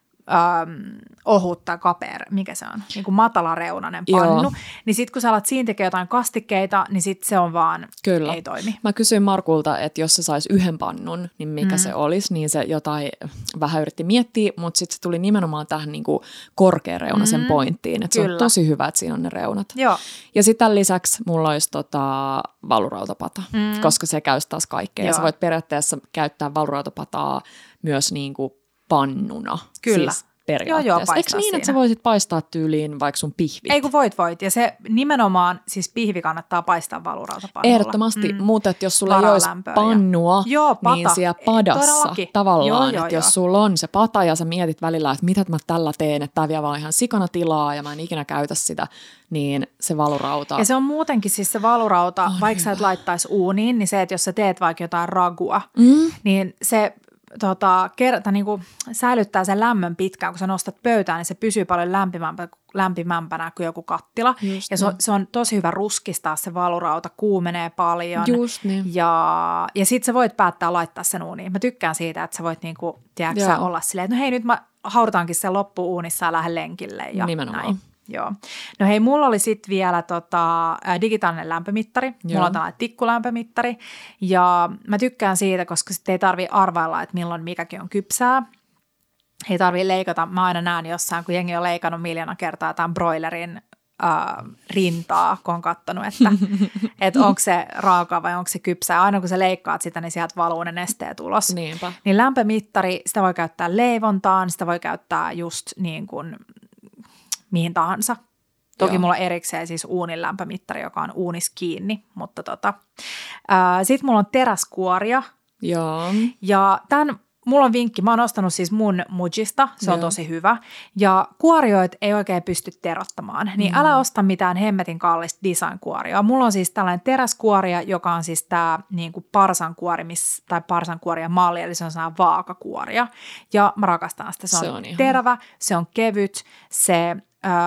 ohut tai kaper, mikä se on, niin kuin matalareunainen pannu, niin sitten kun sä alat siinä tekee jotain kastikkeita, niin sitten se on vaan, ei toimi.
Mä kysyin Markulta, että jos se saisi yhden pannun, niin mikä se olisi, niin se jotain vähän yritti miettiä, mutta sitten se tuli nimenomaan tähän niin kuin korkeareunaisen pointtiin, että se on tosi hyvä, että siinä on ne reunat.
Joo.
Ja sitten tämän lisäksi mulla olisi valurautapata, koska se käy taas kaikkea. Ja sä voit periaatteessa käyttää valurautapataa myös niin kuin pannuna.
Kyllä.
Siis periaatteessa. Eikö niin, että sä voisit paistaa tyyliin vaikka sun pihvit?
Ei kun voit. Ja se nimenomaan, siis pihvi kannattaa paistaa valurautapannulla.
Ehdottomasti, mutta että jos sulla ei olisi pannua, niin siellä padassa tavallaan, että jos sulla on se pata ja sä mietit välillä, että mitä mä tällä teen, että tää vie vaan ihan sikana tilaa ja mä en ikinä käytä sitä, niin se valurauta.
Ja se on muutenkin siis se valurauta, vaikka sä et laittaisi uuniin, niin se, että jos sä teet vaikka jotain ragua, niin se niinku säilyttää sen lämmön pitkään, kun sä nostat pöytään, niin se pysyy paljon lämpimämpänä kuin joku kattila. Just ja se on tosi hyvä ruskistaa se valurauta, kuumenee paljon.
Just niin.
Ja sitten sä voit päättää laittaa sen uuniin. Mä tykkään siitä, että sä voit niinku, tiedätkö, olla silleen, että no hei, nyt mä haudutaankin sen loppu-uunissa ja lähden lenkille. Ja nimenomaan. Näin. Joo. No hei, mulla oli sitten vielä digitaalinen lämpömittari. Mulla on tällainen tikkulämpömittari. Ja mä tykkään siitä, koska sitten ei tarvitse arvailla, että milloin mikäkin on kypsää. Ei tarvitse leikata. Mä aina näen jossain, kun jengi on leikannut miljoona kertaa tämän broilerin rintaa, kun on katsonut, että onko se raaka vai onko se kypsää. Aina kun sä leikkaat sitä, niin sieltä valuu ne nesteet ulos.
Niinpä. Niin
lämpömittari, sitä voi käyttää leivontaan, sitä voi käyttää just niin kuin mihin tahansa. Toki mulla on erikseen siis uunin lämpömittari, joka on uunis kiinni, mutta sitten mulla on teräskuoria.
Joo.
Ja mulla on vinkki, mä oon ostanut siis mun Mujista, se on tosi hyvä. Ja kuorioit ei oikein pysty terottamaan, niin älä osta mitään hemmetin kallista design-kuorioa. Mulla on siis tällainen teräskuoria, joka on siis tää niinku parsankuoria malli, eli se on sellainen vaakakuoria. Ja mä rakastan sitä, se on terävä, se on kevyt, se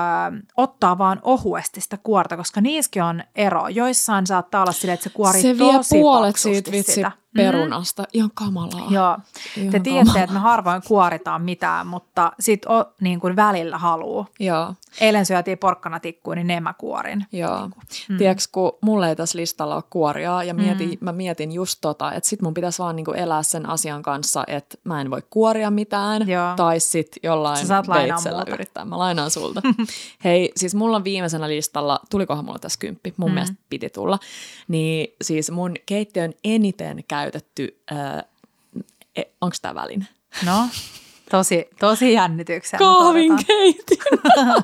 ottaa vaan ohuesti sitä kuorta, koska niissäkin on ero. Joissain saattaa olla silleen, että se kuori
se
tosi
vie puolet
paksusti
siitä vitsi perunasta. Ihan kamalaa.
Joo. Te tiedätte, että me harvoin kuoritaan mitään, mutta sit niin kuin välillä haluu.
Joo.
Eilen syötiin porkkanatikkuja, niin ne mä kuorin.
Joo. Tiedätkö, kun mulla ei tässä listalla ole kuoriaa ja mä mietin just että sit mun pitäisi vaan niinku elää sen asian kanssa, että mä en voi kuoria mitään.
Joo.
Tai sit jollain veitsellä yrittää. Mä lainaan sulta. Hei, siis mulla on viimeisenä listalla, tulikohan mulla tässä 10, mun mielestä piti tulla, niin siis mun keittiön eniten käytetty, onko tää väline?
No, tosi jännityksen.
Kahvinkeittiö.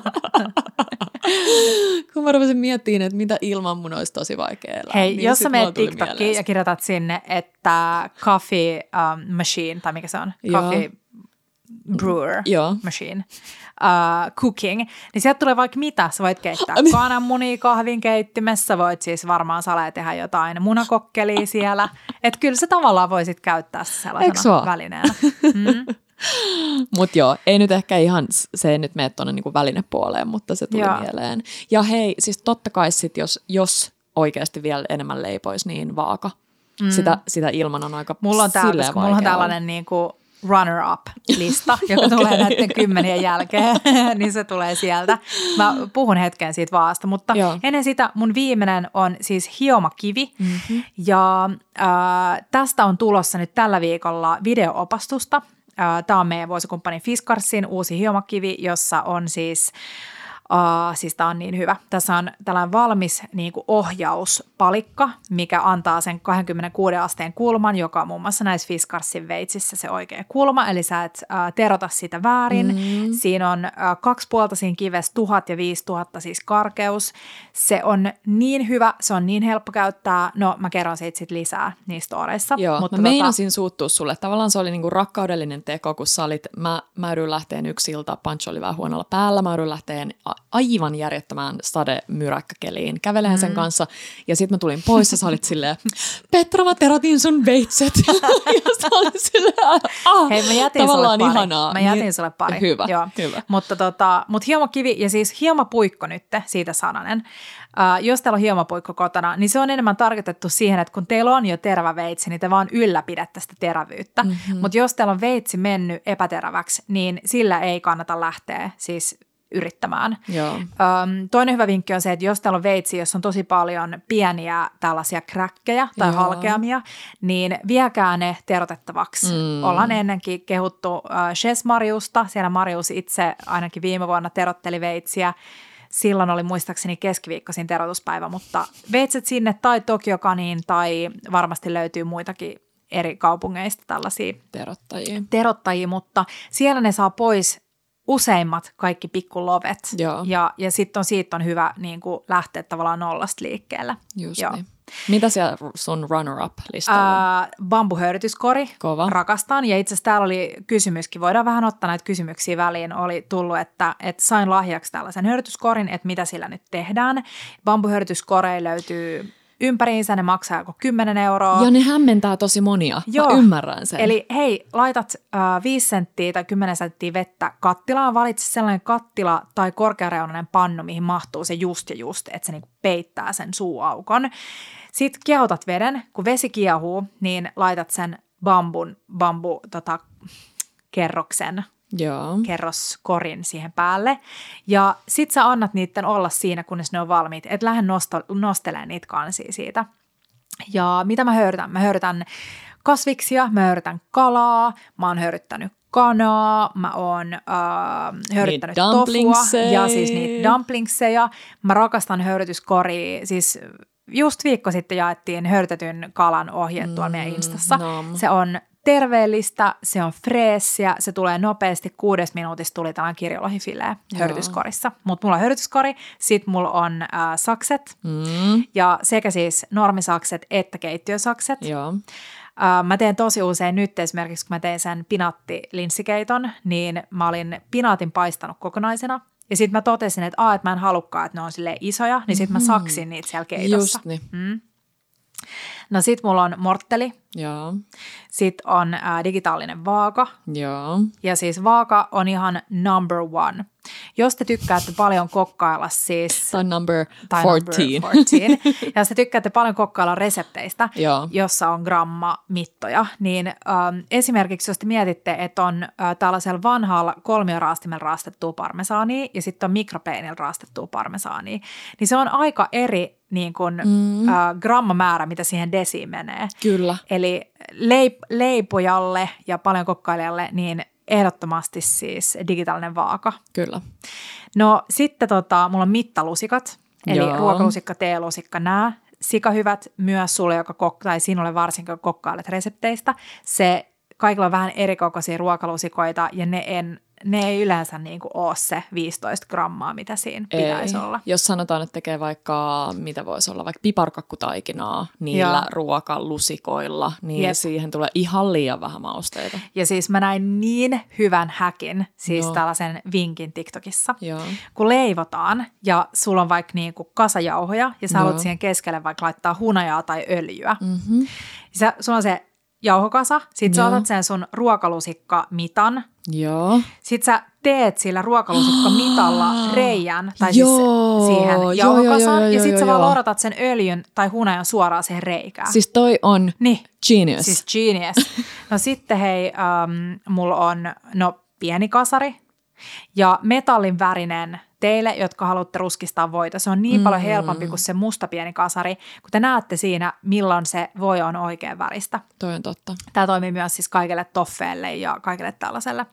Kun mä rupesin miettimään, että mitä ilman mun olisi tosi vaikea elää.
Hei,
niin
jos sä menet TikTokiin ja kirjoitat sinne, että coffee machine, tai mikä se on? Coffee brewer machine. Cooking, niin sieltä tulee vaikka mitä. Sä voit keittää kananmunia kahvinkeittimessä, voit siis varmaan Sale tehdä jotain munakokkelia siellä. Että kyllä sä tavallaan voisit käyttää sellaisena välineenä.
Mutta joo, ei nyt ehkä ihan, se ei nyt mene tuonne niinku välinepuoleen, mutta se tuli mieleen. Ja hei, siis totta kai sit, jos oikeasti vielä enemmän leipoisi, niin vaaka. Sitä ilman on aika
mulla on tällainen niinku runner-up-lista, joka tulee näiden 10 jälkeen, niin se tulee sieltä. Mä puhun hetken siitä vaasta, mutta ennen sitä mun viimeinen on siis hiomakivi, ja tästä on tulossa nyt tällä viikolla video-opastusta. Tämä on meidän vuosikumppani Fiskarsin uusi hiomakivi, jossa on siis tämä on niin hyvä. Tässä on tällainen valmis niin kuin ohjauspalikka, mikä antaa sen 26 asteen kulman, joka on muun muassa näissä Fiskarsin veitsissä se oikea kulma, eli sä et terota sitä väärin. Siinä on 2 puolta siinä kivessä, 1000 ja 5000 siis karkeus. Se on niin hyvä, se on niin helppo käyttää. No mä kerron siitä sit lisää niissä storeissa.
Joo, mutta mä meinasin suuttua sulle. Tavallaan se oli niinku rakkaudellinen teko, kun sä olit, mä yhdyin lähteen yksi ilta, Pancho oli vähän huonolla päällä, mä yhdyin lähteen aivan järjettömään sademyräkkäkeliin käveleen sen kanssa. Ja sitten mä tulin pois ja sä olit silleen, Petra, mä terotin sun veitset. Ja sä olit silleen,
hei, mä jätin
tavallaan
sulle pari.
Ihanaa.
Mä jätin sulle pari.
Hyvä,
joo.
hyvä.
Mutta hiomakivi ja siis hiomapuikko nyt, siitä sananen. Jos teillä on hiomapuikko kotona, niin se on enemmän tarkoitettu siihen, että kun teillä on jo terävä veitsi, niin te vaan ylläpidätte sitä terävyyttä. Mutta jos teillä on veitsi mennyt epäteräväksi, niin sillä ei kannata lähteä siis yrittämään. Toinen hyvä vinkki on se, että jos teillä on veitsi, jos on tosi paljon pieniä tällaisia kräkkejä tai halkeamia, niin viekää ne terotettavaksi. Ollaan ennenkin kehuttu Chess Mariusta. Siellä Marius itse ainakin viime vuonna terotteli veitsiä. Silloin oli muistaakseni keskiviikkoisin terotuspäivä, mutta veitset sinne tai Tokiokaniin tai varmasti löytyy muitakin eri kaupungeista tällaisia terottajia, mutta siellä ne saa pois useimmat kaikki pikkulovet. Ja sitten siitä on hyvä niin kuin lähteä tavallaan nollasta liikkeelle.
Just niin. Mitä siellä sun runner-up-listalla on?
Bambuhöyrytyskori.
Kova.
Rakastan. Ja itse asiassa täällä oli kysymyskin. Voidaan vähän ottaa näitä kysymyksiä väliin. Oli tullut, että sain lahjaksi tällaisen höyrytyskorin, että mitä sillä nyt tehdään. Bambuhöyrytyskoreja löytyy ympäriinsä, ne maksaa joko 10 €.
Ja ne hämmentää tosi monia. Joo. Mä ymmärrän sen.
Eli hei, laitat 5 senttiä tai 10 senttiä vettä kattilaan, valitse sellainen kattila tai korkeareunainen pannu, mihin mahtuu se just, että se niinku peittää sen suuaukon. Sitten kiehutat veden, kun vesi kiehuu, niin laitat sen kerroksen, kerroskorin siihen päälle. Ja sit sä annat niiden olla siinä, kunnes ne on valmiit. Et lähde nostelemaan niitä kansia siitä. Ja mitä mä höyrytän? Mä höyrytän kasviksia, mä höyrytän kalaa, mä oon höyryttänyt kanaa, mä oon höyryttänyt tofua ja siis niitä dumplingseja. Mä rakastan höyrytyskoria, siis just viikko sitten jaettiin höyrytetyn kalan ohje tuolla meidän Instassa. Se on terveellistä, se on freessiä, se tulee nopeasti, 6 minuutissa tuli tällainen kirjolohifilee höyrytyskorissa. Mutta mulla on höyrytyskori, sit mulla on sakset ja sekä siis normisakset että keittiösakset. Mä teen tosi usein nyt esimerkiksi, kun mä tein sen pinaattilinsikeiton, niin mä olin pinaatin paistanut kokonaisena. Ja sitten mä totesin, että mä en halukkaan, että ne on silleen isoja, niin sitten mä saksin niitä siellä keitossa.
Just niin.
No sit mulla on mortteli.
Joo.
Sitten on digitaalinen vaaka.
Joo.
Ja siis vaaka on ihan number one. Jos te tykkäätte paljon kokkailla siis...
Tai number 14.
Ja jos te tykkäätte paljon kokkailla resepteistä,
Joo.
jossa on grammamittoja, niin esimerkiksi jos te mietitte, että on tällaisella vanhalla kolmioraastimella raastettua parmesaania ja sitten on mikropeinillä raastettua parmesaania, niin se on aika eri niin kuin, grammamäärä, mitä siihen desiin menee.
Kyllä.
Eli leipojalle ja paljon kokkailijalle, niin ehdottomasti siis digitaalinen vaaka.
Kyllä.
No sitten mulla on mittalusikat, eli
Joo.
ruokalusikka, teelusikka, nämä. Sikahyvät myös sulle, tai sinulle varsinkin, kun kokkailet resepteistä. Se, kaikilla on vähän erikokoisia ruokalusikoita ja ne ei yleensä niin kuin ole se 15 grammaa, mitä siinä pitäisi olla.
Jos sanotaan, että tekee vaikka, mitä voisi olla, vaikka piparkakkutaikinaa niillä ruokalusikoilla, niin siihen tulee ihan liian vähän mausteita.
Ja siis mä näin niin hyvän häkin, siis tällaisen vinkin TikTokissa, kun leivotaan ja sulla on vaikka niin kuin kasajauhoja ja sä haluat siihen keskelle vaikka laittaa hunajaa tai öljyä. Mm-hmm. Sulla on se jauhokasa, sit sä otat sen sun ruokalusikka-mitan.
Joo.
Sit sä teet sillä ruokalusikka-mitalla reijän, tai siis siihen jauhokasaan, ja sit sä vaan lorotat sen öljyn tai hunajan suoraan siihen reikään.
Siis toi on genius.
Siis genius. No sitten hei, mulla on pieni kasari ja metallin värinen teille, jotka haluatte ruskistaa voita. Se on niin paljon helpompi kuin se musta pieni kasari, kun te näette siinä, milloin se voi on oikein väristä.
Toi on totta.
Tämä toimii myös siis kaikille toffeelle ja kaikille tällaiselle.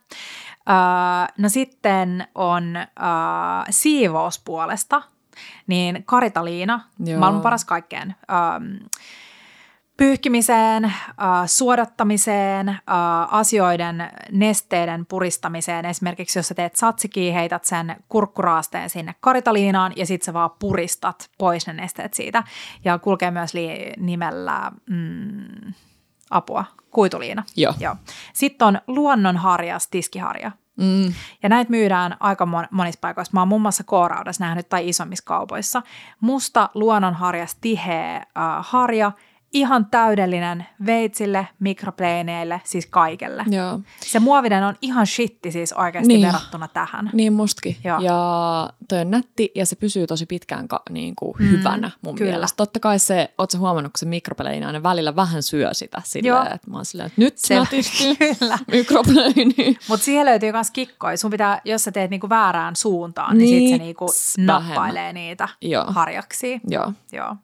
No sitten on siivouspuolesta, niin Karitaliina, maailman paras kaikkeen. Pyyhkimiseen, suodattamiseen, asioiden, nesteiden puristamiseen. Esimerkiksi jos sä teet satsikia, heität sen kurkkuraasteen sinne Karitaliinaan ja sit sä vaan puristat pois ne nesteet siitä. Ja kulkee myös nimellä kuituliina.
Joo.
Sitten on luonnonharjas tiskiharja. Ja näitä myydään aika monissa paikoissa. Mä oon muun muassa K-Raudassa nähnyt tai isommissa kaupoissa. Musta luonnonharjas tiheä harja, ihan täydellinen veitsille, mikropleineille, siis kaikelle.
Joo.
Se muovinen on ihan shitti siis oikeasti verrattuna tähän.
Niin mustakin. Joo. Ja toi on nätti ja se pysyy tosi pitkään niin kuin hyvänä mun mielestä. Totta kai se, ootko sä huomannut, kun se mikropleini aina välillä vähän syö sitä silleen, että mä oon silleen, että nyt se nätistyy mikropleini.
Mutta siihen löytyy myös kikkoja. Sun pitää, jos sä teet niinku väärään suuntaan, niin sit se niinku nappailee niitä harjaksia. Joo.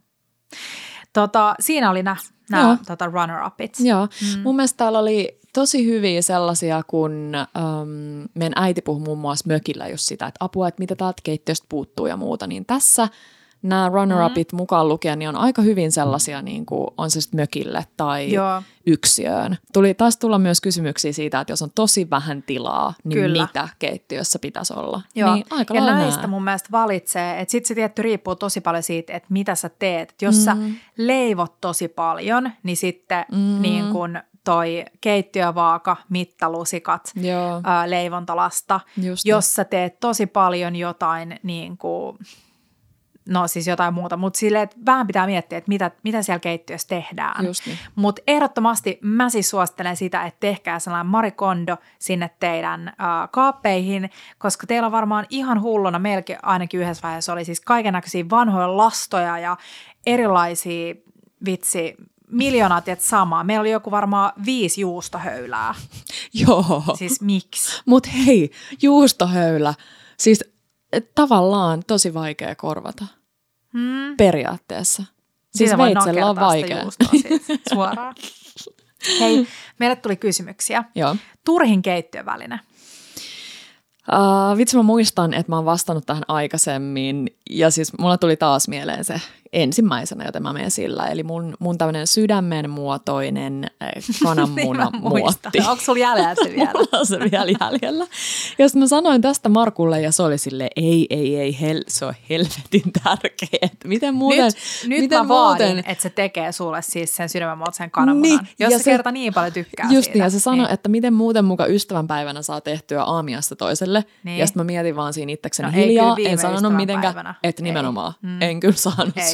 Siinä oli nämä runner-upit.
Joo, mun mielestä täällä oli tosi hyviä sellaisia, kun meidän äiti puhui muun muassa mökillä just sitä, että apua, että mitä täältä keittiöstä puuttuu ja muuta, niin tässä nämä runner-upit mukaan lukien niin on aika hyvin sellaisia, niin kuin on se sitten mökille tai yksiöön. Tuli taas tulla myös kysymyksiä siitä, että jos on tosi vähän tilaa, niin mitä keittiössä pitäisi olla.
Joo.
Niin aika
ja
lailla
näistä mun mielestä valitsee, että sitten se tietty riippuu tosi paljon siitä, että mitä sä teet. Et jos sä leivot tosi paljon, niin sitten niin kun toi keittiövaaka, mittalusikat, leivontalasta. Jos sä teet tosi paljon jotain niin kuin siis jotain muuta, mutta silleen, että vähän pitää miettiä, että mitä siellä keittiössä tehdään.
Niin.
Mutta ehdottomasti mä siis suosittelen sitä, että tehkää sellainen Marie Kondo sinne teidän kaappeihin, koska teillä on varmaan ihan hulluna, meilläkin ainakin yhdessä vaiheessa oli siis kaikennäköisiä vanhoja lastoja ja erilaisia, miljoonat et samaa. Meillä oli joku varmaan 5 juustohöylää.
Joo.
Siis miksi?
Mut hei, juustohöylä, siis tavallaan tosi vaikea korvata. Periaatteessa. Siis veitsellä on vaikea.
Suoraan. Hei, meille tuli kysymyksiä.
Joo.
Turhin keittiöväline.
Vitsi, mä muistan, että mä oon vastannut tähän aikaisemmin ja siis mulla tuli taas mieleen se ensimmäisenä, joten mä menen sillä. Eli mun tämmöinen sydämen muotoinen kananmuna muotti.
Onko sulla jäljellä se vielä?
Mulla on se vielä jäljellä. Ja mä sanoin tästä Markulle ja se oli silleen, se on helvetin tärkeä. Miten muuten?
Nyt mä vaadin, että se tekee sulle siis sen sydämen muotoisen kananmunan, jos se kerta niin paljon tykkää
just
siitä.
Niin, ja se sanoi, että miten muuten muka ystävänpäivänä saa tehtyä aamiasta toiselle. Niin. Ja sitten mä mietin vaan siinä itsekseni hiljaa, en sanonut mitenkään, että nimenomaan en kyllä saanut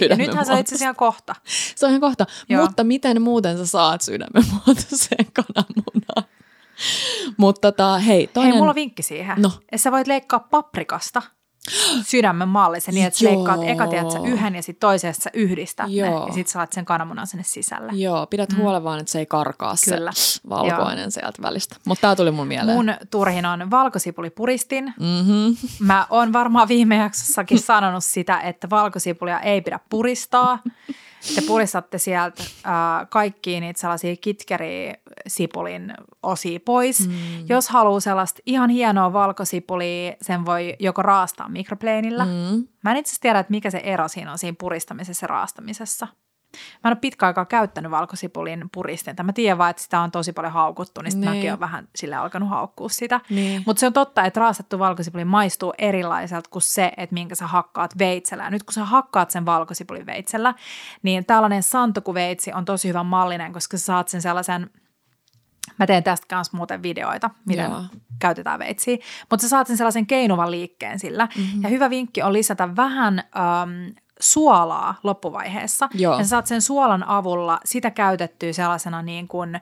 sydämen
nythän se on itse asiassa kohta.
Se on ihan kohta.
Joo.
Mutta miten muuten sä saat sydämen muotoiseen kananmunaan? Mutta hei, toinen...
Hei, mulla on vinkki siihen.
No.
Sä voit leikkaa paprikasta sydämen mallisen niin, että sä leikkaat eka tiedät, yhden ja sitten toisesta sä yhdistät ne. Ja sitten saat sen kananmunan sinne sisälle.
Joo, pidät huolen vaan, että se ei karkaa
Kyllä.
se valkoinen sieltä välistä. Mutta tää tuli mun mieleen.
Mun turhin on valkosipulipuristin.
Mm-hmm.
Mä oon varmaan viime jaksossakin sanonut sitä, että valkosipulia ei pidä puristaa. Te puristatte sieltä kaikkia niitä sellaisia kitkerisipulin osia pois. Jos haluaa sellaista ihan hienoa valkosipulia, sen voi joko raastaa mikropleenillä. Mä en itse asiassa tiedä, että mikä se ero siinä on siinä puristamisessa ja raastamisessa. Mä en ole pitkä aikaa käyttänyt valkosipulin puristinta. Mä tiedän vaan, että sitä on tosi paljon haukuttu, niin sitten mäkin olen vähän sille alkanut haukkua sitä. Mutta se on totta, että raastettu valkosipuli maistuu erilaiselta kuin se, että minkä sä hakkaat veitsellä. Ja nyt kun sä hakkaat sen valkosipulin veitsellä, niin tällainen santokuveitsi on tosi hyvä mallinen, koska sä saat sen sellaisen... Mä teen tästä kanssa muuten videoita, miten käytetään veitsiä, mutta sä saat sen sellaisen keinuvan liikkeen sillä. Ja hyvä vinkki on lisätä vähän... suolaa loppuvaiheessa. Joo. Ja sä saat sen suolan avulla sitä käytettyä sellaisena niin kuin,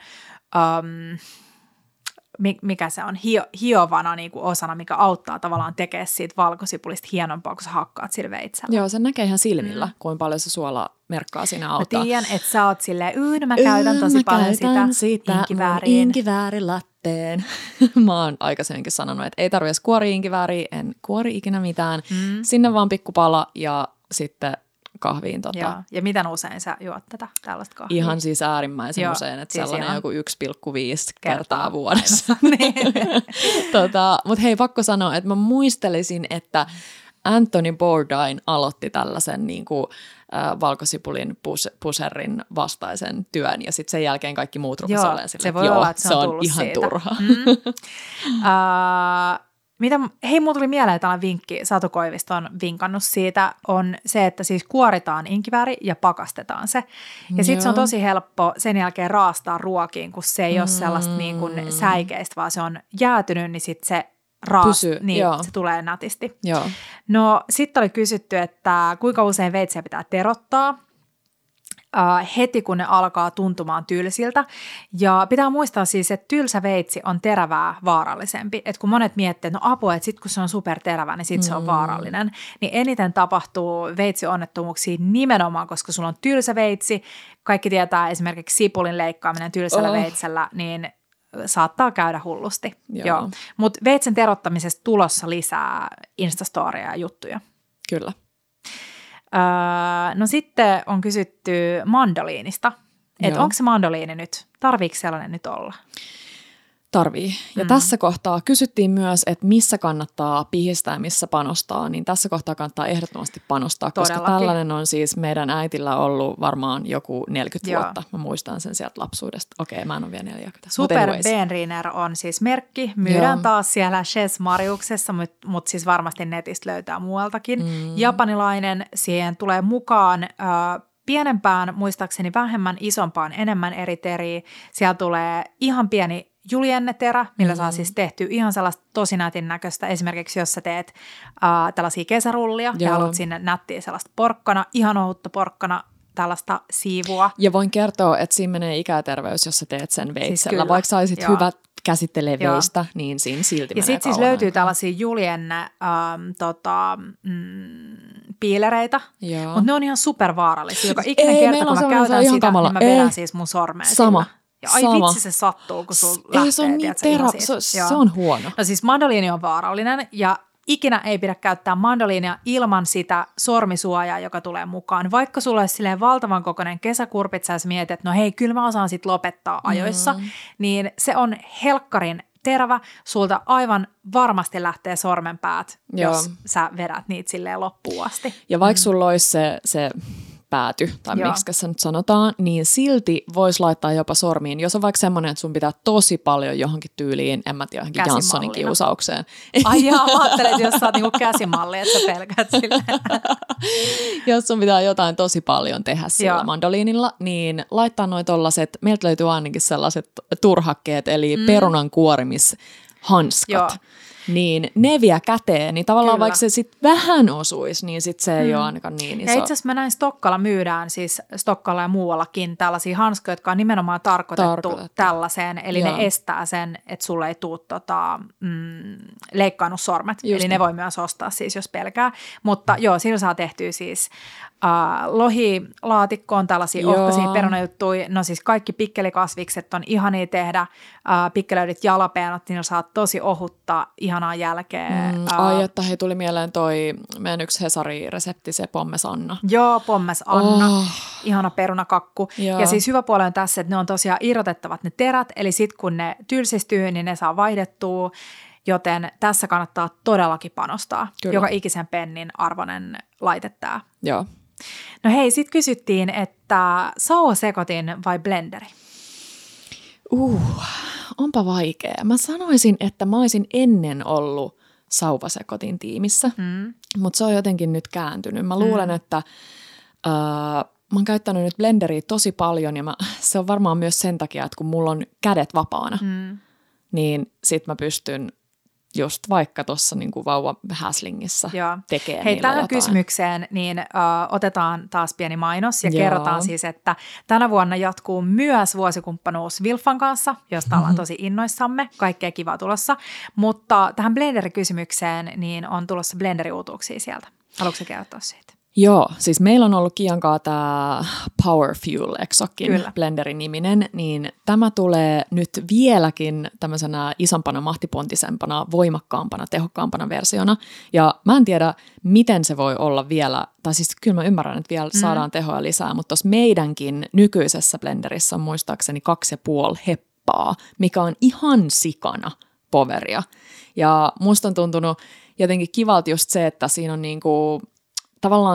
mikä se on, hiovana niin kuin osana, mikä auttaa tavallaan tekemään siitä valkosipulista hienompaa, kun sä hakkaat sillä veitsellä.
Joo, sen näkee ihan silmillä, kuinka paljon se suola merkkaa siinä auttaa.
Mä tiedän, että sä oot silleen, mä käytän tosi paljon sitä
inkiväärilatteen. Mä oon aikaisemminkin sanonut, että ei tarvitse kuori inkivääriä, en kuori ikinä mitään. Sinne vaan pikkupala ja sitten kahviin.
Joo. Ja miten usein sä juot tätä tällaista kahvia?
Ihan siis äärimmäisen usein, että siis sellainen joku 1,5 kertaa vuodessa. Mutta hei, pakko sanoa, että mä muistelisin, että Anthony Bourdain aloitti tällaisen niin kuin, valkosipulin puserrin vastaisen työn, ja sitten sen jälkeen kaikki muut rupesivat olemaan sille,
se voi olla, että se on
ihan
siitä.
turhaa.
Hei, mulla tuli mieleen tällainen vinkki, Satu Koivisto on vinkannut siitä, on se, että siis kuoritaan inkivääri ja pakastetaan se. Ja sitten se on tosi helppo sen jälkeen raastaa ruokiin, kun se ei ole sellaista niin kuin säikeistä, vaan se on jäätynyt, niin sitten se niin se tulee nätisti.
Joo.
No sitten oli kysytty, että kuinka usein veitsiä pitää terottaa. Heti kun ne alkaa tuntumaan tylsiltä. Ja pitää muistaa siis, että tylsä veitsi on terävää vaarallisempi. Et kun monet miettii, että no apua, että sitten kun se on superterävä, niin sitten se on vaarallinen. Niin eniten tapahtuu veitsi-onnettomuuksia nimenomaan, koska sulla on tylsä veitsi. Kaikki tietää esimerkiksi sipulin leikkaaminen tylsällä veitsellä, niin saattaa käydä hullusti. Joo. Mutta veitsen terottamisesta tulossa lisää Instastoria ja juttuja.
Kyllä.
No sitten on kysytty mandoliinista, että onko se mandoliini nyt, tarviiko sellainen nyt olla?
Tarvii. Ja tässä kohtaa kysyttiin myös, että missä kannattaa pihistää ja missä panostaa, niin tässä kohtaa kannattaa ehdottomasti panostaa, koska tällainen on siis meidän äitillä ollut varmaan joku 40 vuotta. Mä muistan sen sieltä lapsuudesta. Okei, mä en ole vielä 40.
Super Benriner on siis merkki. Myydään taas siellä Chez Mariuksessa, mutta siis varmasti netistä löytää muualtakin. Japanilainen, siihen tulee mukaan pienempään, muistaakseni vähemmän, isompaan, enemmän eri teriä. Siellä tulee ihan pieni juljenneterä, millä saa siis tehty ihan sellaista tosi nätin näköistä. Esimerkiksi jos sä teet tällaisia kesärullia ja haluat sinne nättiä sellaista porkkana, ihan ohutta porkkana, tällaista siivua.
Ja voin kertoa, että siinä menee ikäterveys, jos sä teet sen veitsellä. Siis vaikka saisit hyvät käsittelee veistä, niin siinä silti
ja sitten siis löytyy tällaisia juljenne piilereitä, mutta ne on ihan supervaarallisia. Joka ikinen kerta, kun mä käytän sitä, niin mä vedän siis mun sormea
sama.
Ja ai vitsi se sattuu, kun sulla lähtee.
Se on niin se on huono.
No siis mandoliini on vaarallinen ja ikinä ei pidä käyttää mandoliinia ilman sitä sormisuojaa, joka tulee mukaan. Vaikka sulla olisi silleen valtavan kokoinen kesäkurpitsa ja sä mietit, että no hei, kyllä mä osaan sit lopettaa ajoissa, niin se on helkkarin terävä. Sulta aivan varmasti lähtee sormenpäät, jos sä vedät niitä silleen loppuun asti.
Ja vaikka sulla olisi se pääty, tai miksi se nyt sanotaan, niin silti voisi laittaa jopa sormiin. Jos on vaikka semmoinen, että sun pitää tosi paljon johonkin tyyliin, en mä tiedä, johonkin Janssonin kiusaukseen.
Ai jaa, mä ajattelin, että jos sä oot niinku käsimalli, että sä pelkät silleen.
Jos sun pitää jotain tosi paljon tehdä sillä mandoliinilla, niin laittaa noi tollaset, meiltä löytyy ainakin sellaiset turhakkeet, eli perunan kuorimishanskat. niin ne vie käteen, niin tavallaan
Kyllä.
vaikka se sitten vähän osuisi, niin sitten se ei ole ainakaan niin iso.
Ja itse asiassa mä näin Stokkalla myydään, siis Stokkalla ja muuallakin tällaisia hanskoja, jotka on nimenomaan tarkoitettu tällaiseen, eli
Joo.
ne estää sen, että sulle ei tule leikkaannut sormet,
Just
eli
niin.
ne voi myös ostaa siis, jos pelkää, mutta joo, sillä saa tehtyä siis lohilaatikkoon tällaisia ohkaisia perunajuttuja, no siis kaikki pikkelikasvikset on ihania tehdä, pikkelöidit jalapeenot, niin saat tosi ohutta, ihanaa jälkeä.
Ai, että hei, tuli mieleen toi meidän yksi Hesari-resepti, se Pommes Anna.
Joo, Pommes Anna, ihana perunakakku.
Joo.
Ja siis hyvä puoli on tässä, että ne on tosiaan irrotettavat ne terät, eli sitten kun ne tylsistyy, niin ne saa vaihdettua, joten tässä kannattaa todellakin panostaa.
Kyllä.
Joka ikisen pennin arvoinen laite tää.
Joo.
No hei, sitten kysyttiin, että sauvasekotin vai blenderi?
Onpa vaikea. Mä sanoisin, että mä olisin ennen ollut sauvasekotin tiimissä, mutta se on jotenkin nyt kääntynyt. Mä luulen, että mä oon käyttänyt nyt blenderiä tosi paljon ja se on varmaan myös sen takia, että kun mulla on kädet vapaana, niin sit mä pystyn just vaikka tuossa niinku vauva-häslingissä tekee
Hei,
niillä
tähän
jotain.
kysymykseen niin otetaan taas pieni mainos ja
Joo.
kerrotaan siis, että tänä vuonna jatkuu myös vuosikumppanuus Wilfan kanssa, josta ollaan tosi innoissamme, kaikkea kivaa tulossa, mutta tähän blenderikysymykseen niin on tulossa blenderiuutuuksia sieltä. Haluatko kertoa siitä?
Joo, siis meillä on ollut Kiankaa tämä Power Fuel Exokin blenderi-niminen, niin tämä tulee nyt vieläkin tämmöisenä isompana, mahtipontisempana, voimakkaampana, tehokkaampana versiona. Ja mä en tiedä, miten se voi olla vielä, tai siis kyllä mä ymmärrän, että vielä saadaan tehoa lisää, mutta tuossa meidänkin nykyisessä blenderissä on muistaakseni 2,5 heppaa, mikä on ihan sikana poweria. Ja musta on tuntunut jotenkin kivalta just se, että siinä on niinku tavallaan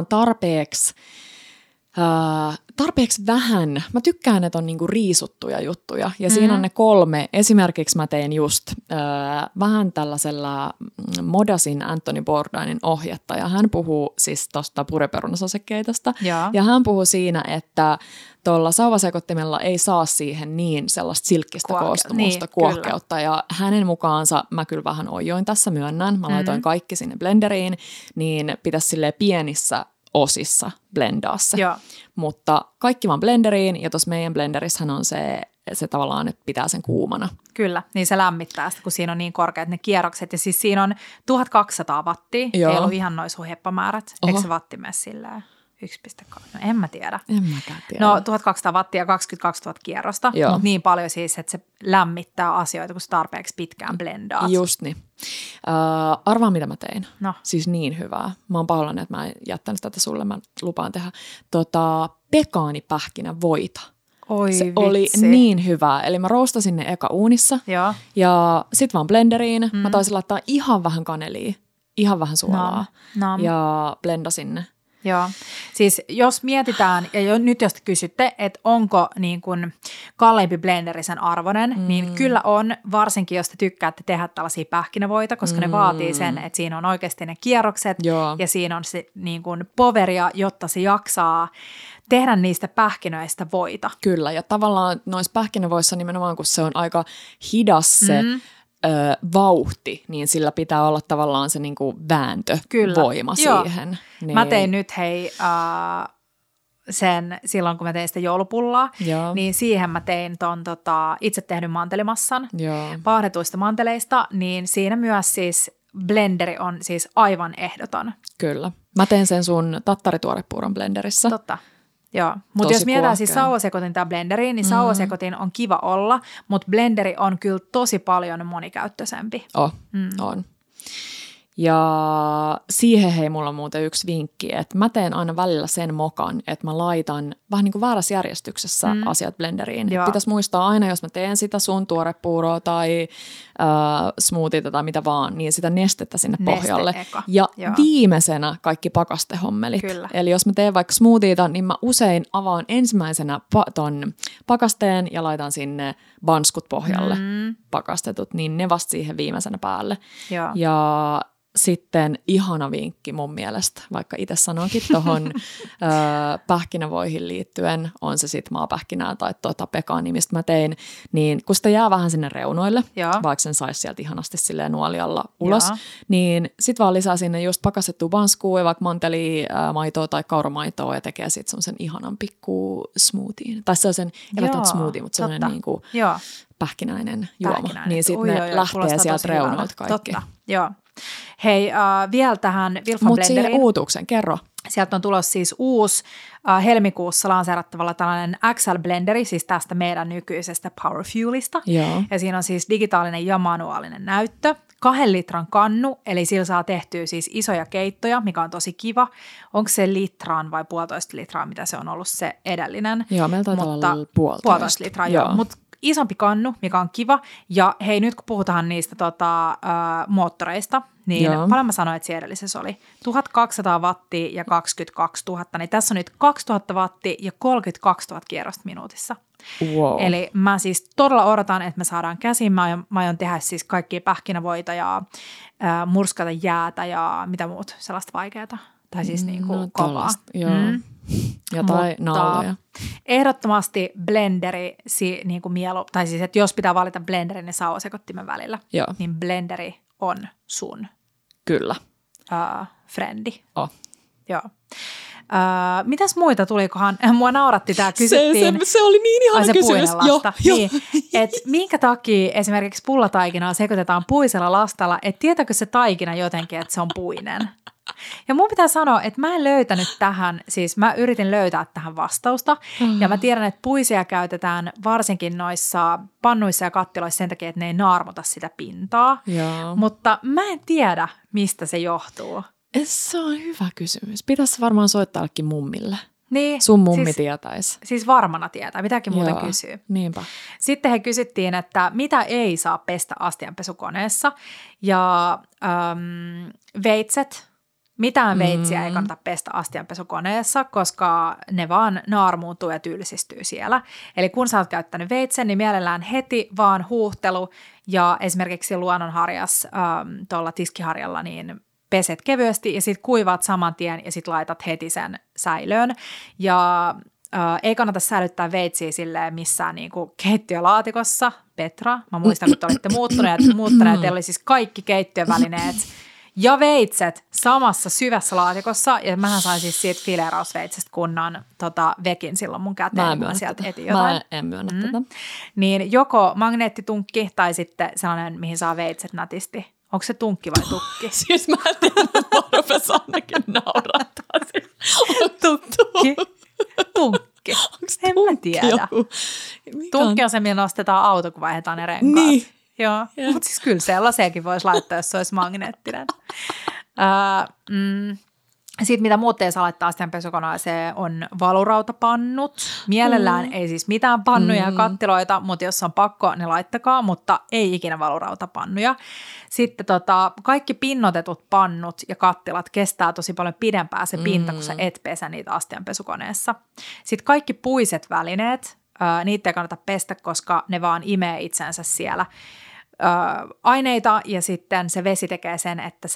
tarpeeksi vähän. Mä tykkään, että on niinku riisuttuja juttuja. Ja siinä on ne 3. Esimerkiksi mä tein just vähän tällaisella Modasin Anthony Bourdainin ohjetta. Ja hän puhuu siis tuosta pureperunasosekeitosta. Ja hän puhuu siinä, että tuolla sauvasekottimella ei saa siihen niin sellaista silkkistä koostumusta, kuohkeutta. Kyllä. Ja hänen mukaansa, mä kyllä vähän ojoin tässä, myönnän, mä laitoin kaikki sinne blenderiin, niin pitäisi silleen pienissä osissa blendaa se.
Joo.
Mutta kaikki vaan blenderiin, ja tuossa meidän blenderissähän on se tavallaan, että pitää sen kuumana.
Kyllä, niin se lämmittää sitä, kun siinä on niin korkeat ne kierrokset. Ja siis siinä on 1200 wattia,
Joo.
ei ollut ihan noin sun heppamäärät. Eikö se watti mene silleen 1,2? No en mä tiedä.
En mäkään tiedä.
No 1200 wattia ja 22 000 kierrosta, mutta niin paljon siis, että se lämmittää asioita, kun se tarpeeksi pitkään blendaat.
Just niin. Arvaa, mitä mä tein.
No.
Siis niin hyvää. Mä oon pahoillani, että mä en jättänyt tätä sulle, mä lupaan tehdä. Pekaanipähkinävoita.
Oi
se
vitsi.
oli niin hyvää. Eli mä roostasin ne eka uunissa.
Joo.
Ja sit vaan blenderiin. Mä taisin laittaa ihan vähän kanelia, ihan vähän suolaa. Ja blendasin ne.
Joo, siis jos mietitään, ja nyt jos te kysytte, että onko niin kuin kalliimpi blenderi sen arvoinen, niin kyllä on, varsinkin jos te tykkäätte tehdä tällaisia pähkinävoita, koska ne vaatii sen, että siinä on oikeasti ne kierrokset ja siinä on se niin kuin poweria, jotta se jaksaa tehdä niistä pähkinöistä voita.
Kyllä, ja tavallaan noissa pähkinävoissa nimenomaan, kun se on aika hidas se vauhti, niin sillä pitää olla tavallaan se niinku vääntövoima siihen. Niin.
Mä tein nyt sen silloin, kun mä tein sitä joulupullaa, niin siihen mä tein ton itse tehdyn mantelimassan paahdetuista manteleista, niin siinä myös siis blenderi on siis aivan ehdoton.
Kyllä. Mä tein sen sun tattarituorepuuron blenderissä.
Totta. Joo, mutta jos mietitään siis sauvasekotin tai blenderiin, niin sauvasekotin on kiva olla, mutta blenderi on kyllä tosi paljon monikäyttöisempi.
On. Ja siihen hei, mulla on muuten yksi vinkki, että mä teen aina välillä sen mokan, että mä laitan vähän niin kuin väärässä järjestyksessä asiat blenderiin. Pitäisi muistaa aina, jos mä teen sitä sun tuorepuuroa tai smoothieta tai mitä vaan, niin sitä nestettä sinne pohjalle.
Eka.
Ja viimeisenä kaikki pakastehommelit. Kyllä. Eli jos mä teen vaikka smoothieta, niin mä usein avaan ensimmäisenä ton pakasteen ja laitan sinne banskut pohjalle pakastetut, niin ne vasta siihen viimeisenä päälle. Ja sitten ihana vinkki mun mielestä, vaikka itse sanoinkin tuohon pähkinävoihin liittyen, on se sitten maapähkinää tai pekaani, mistä mä tein, niin kun sitä jää vähän sinne reunoille, vaikka sen saisi sieltä ihanasti silleen nuolialla ulos, niin sit vaan lisää sinne just pakastettua banskua ja vaikka mantelia, maitoa tai kauramaitoa ja tekee sitten semmoisen ihanan pikku smoothien. Tai sellaisen, ei välttämättä smoothie, mutta sellainen niinku pähkinäinen juoma. Niin sitten ne lähtee sieltä reunoilta kaikki.
Totta, joo. Hei, vielä tähän Wilfan
blenderiin. Mutta siihen uutuksen, kerro.
Sieltä on tulossa siis uusi helmikuussa lanseerattavalla tällainen XL-blenderi, siis tästä meidän nykyisestä Powerfuelista.
Joo.
Ja siinä on siis digitaalinen ja manuaalinen näyttö. 2 litran kannu, eli sillä saa tehtyä siis isoja keittoja, mikä on tosi kiva. Onko se litraan vai 1,5 litraa, mitä se on ollut se edellinen?
Joo, meillä taitaa olla
1,5 litraa, joo. Mutta isompi kannu, mikä on kiva. Ja hei, nyt kun puhutaan niistä moottoreista, niin paljon mä sanoin, että edellisessä oli 1200 wattia ja 22 000, niin tässä on nyt 2000 wattia ja 32 000 kierrosta minuutissa.
Wow.
Eli mä siis todella odotan, että me saadaan käsiin. Mä aion tehdä siis kaikkia pähkinävoita ja murskata jäätä ja mitä muut sellaista vaikeaa. Tai siis niinku kovaa.
Joo. Jotain nauloja.
Ehdottomasti blenderi, niinku tai siis että jos pitää valita blenderi, niin sauvasekoittimen välillä.
Joo.
Niin blenderi on sun.
Kyllä.
Frendi.
Oh.
Joo. Mitäs muita tulikohan? Mua nauratti tämä, kysyttiin.
Se oli niin ihana kysymys.
Niin, että minkä takia esimerkiksi pullataikinaa sekoitetaan puisella lastalla, että tietääkö se taikina jotenkin, että se on puinen? Ja mun pitää sanoa, että mä en löytänyt tähän, siis mä yritin löytää tähän vastausta, ja mä tiedän, että puisia käytetään varsinkin noissa pannuissa ja kattiloissa sen takia, että ne ei naarmuta sitä pintaa, mutta mä en tiedä, mistä se johtuu.
Se on hyvä kysymys. Pitäisi varmaan soittaakin mummille.
Niin,
sun mummi tietäisi.
Siis varmana tietää, mitäkin muuten kysyy.
Niinpä.
Sitten he kysyttiin, että mitä ei saa pestä astianpesukoneessa, ja veitset. Mitään veitsiä ei kannata pestä astianpesukoneessa, koska ne vaan naarmuuntuu ja tylsistyy siellä. Eli kun sä oot käyttänyt veitsen, niin mielellään heti vaan huuhtelu ja esimerkiksi luonnonharjas tuolla tiskiharjalla niin peset kevyesti ja sitten kuivaat saman tien ja sitten laitat heti sen säilöön. Ja ei kannata säilyttää veitsiä silleen missään niinku keittiölaatikossa. Petra, mä muistan, kun te olitte muuttaneet, teillä oli siis kaikki keittiövälineet ja veitset samassa syvässä laatikossa, ja mähän sain siis siitä fileerausveitsestä kunnon vekin silloin mun käteen, kun mä sieltä etin jotain.
Mä en myönnä tätä.
Niin joko magneettitunkki tai sitten sellainen, mihin saa veitset nätisti. Onko se tunkki vai tukki?
Siis mä en tiedä, että mä rupes ainakin naurattaa.
Tunkki. En mä tiedä. Tunkki on se, millä nostetaan auto, kun vaihdetaan ne renkaat.
Niin.
Joo, mutta siis kyllä sellaisiakin voisi laittaa, jos se olisi magneettinen. Sitten mitä muut ei saa laittaa astianpesukoneeseen on valurautapannut. Mielellään ei siis mitään pannuja ja kattiloita, mutta jos on pakko, ne laittakaa, mutta ei ikinä valurautapannuja. Sitten kaikki pinnotetut pannut ja kattilat kestää tosi paljon pidempään se pinta, kun sä et pesä niitä astianpesukoneessa. Sitten kaikki puiset välineet, niitä ei kannata pestä, koska ne vaan imee itsensä siellä aineita ja sitten se vesi tekee sen, että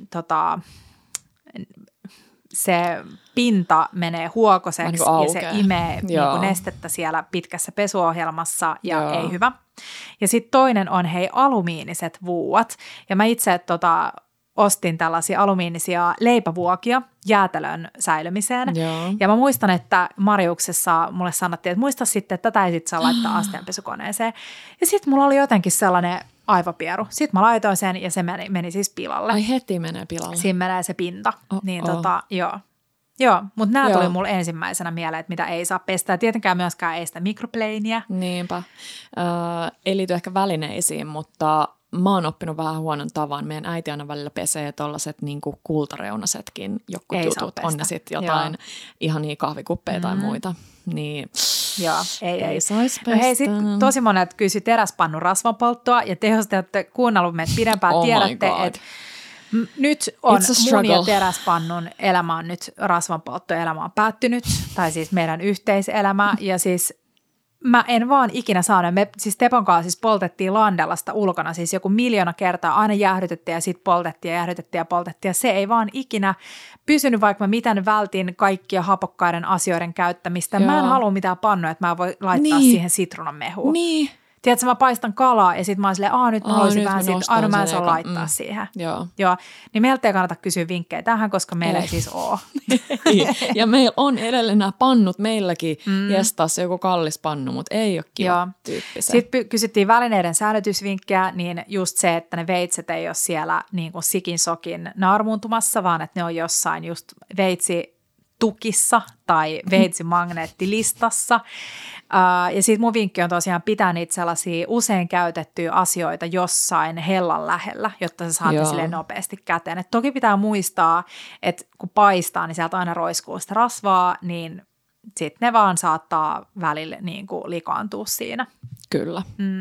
se pinta menee huokoseksi ja se imee niin nestettä siellä pitkässä pesuohjelmassa ja ei hyvä. Ja sitten toinen on alumiiniset vuuat. Ja mä itse ostin tällaisia alumiinisia leipävuokia jäätelön säilymiseen.
Joo.
Ja mä muistan, että Marjuksessa mulle sanottiin, että muista sitten, että tätä ei sit saa laittaa astianpesukoneeseen. Ja sitten mulla oli jotenkin sellainen aivopieru. Sitten mä laitoin sen ja se meni siis pilalle.
Ai heti menee pilalle.
Siinä menee se pinta. Niin joo, mutta nämä tuli mulle ensimmäisenä mieleen, että mitä ei saa pestä. Tietenkään myöskään ei sitä mikropleinia.
Niinpä. Ei liity ehkä välineisiin, mutta mä oon oppinut vähän huonon tavan. Meidän äiti aina välillä pesee tollaset niinku kultareunasetkin jotkut jutut. On ne sitten jotain ihania kahvikuppeja tai muita. Niin.
Joo, ei
saisi pestä.
No hei, sitten tosi monet kysyi teräspannun rasvanpolttoa ja te, jos te olette kuunnellut meitä pidempään, tiedätte, että nyt on mun ja teräspannun elämä on nyt rasvanpolttoelämä on päättynyt, tai siis meidän yhteiselämä, ja siis mä en vaan ikinä saanut. Me siis Tepon kanssa siis poltettiin Landellasta ulkona siis joku 1,000,000 kertaa. Aina jäähdytettiin ja sitten poltettiin ja jäähdytettiin ja poltettiin. Ja se ei vaan ikinä pysynyt, vaikka mä miten vältin kaikkia hapokkaiden asioiden käyttämistä. Joo. Mä en halua mitään pannuja, että mä voin laittaa siihen sitruunanmehua.
Niin.
Tiedätkö, mä paistan kalaa ja sitten mä oon silleen, nyt mä haluaisin vähän siitä, aina mä en saa laittaa siihen. Joo. Niin meiltä ei kannata kysyä vinkkejä tähän, koska meillä ei siis ole.
Ja meillä on edelleen nämä pannut meilläkin, jestas joku kallis pannu, mutta ei ole kiva tyyppisen.
Sitten kysyttiin välineiden säilytysvinkkejä, niin just se, että ne veitset ei ole siellä niin kuin sikin sokin naarmuuntumassa, vaan että ne on jossain just tukissa tai veitsimagneettilistassa. Ja sitten mun vinkki on tosiaan pitää niitä sellaisia usein käytettyjä asioita jossain hellan lähellä, jotta sä saat ne silleen nopeasti käteen. Et toki pitää muistaa, että kun paistaa, niin sieltä aina roiskuu sitä rasvaa, niin sitten ne vaan saattaa välillä niin kuin likaantua siinä.
Kyllä.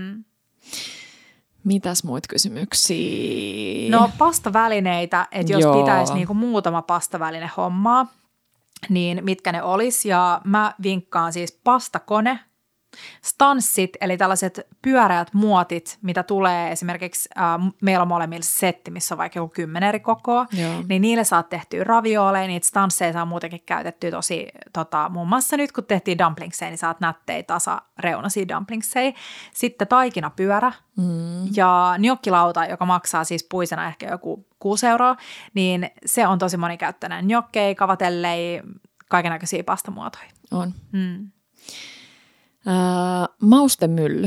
Mitäs muita kysymyksiä?
No pastavälineitä, että jos pitäisi niin kuin muutama pastaväline hommaa, niin mitkä ne olisi. Ja mä vinkkaan siis pastakone, stanssit, eli tällaiset pyöreät muotit, mitä tulee esimerkiksi, meillä on molemmilla setti, missä on vaikka joku 10 eri kokoa, niin niille saat tehtyä ravioleja, niitä stansseja saa muutenkin käytettyä tosi, muun muassa nyt kun tehtiin dumplingseja, niin saat nättejä tasareunaisia dumplingseja. Sitten taikinapyörä ja njokkilauta, joka maksaa siis puisena ehkä joku 6 €, niin se on tosi monikäyttöinen. Njokkei, kavatellei, kaikennäköisiä pastamuotoja.
On. Maustemylly.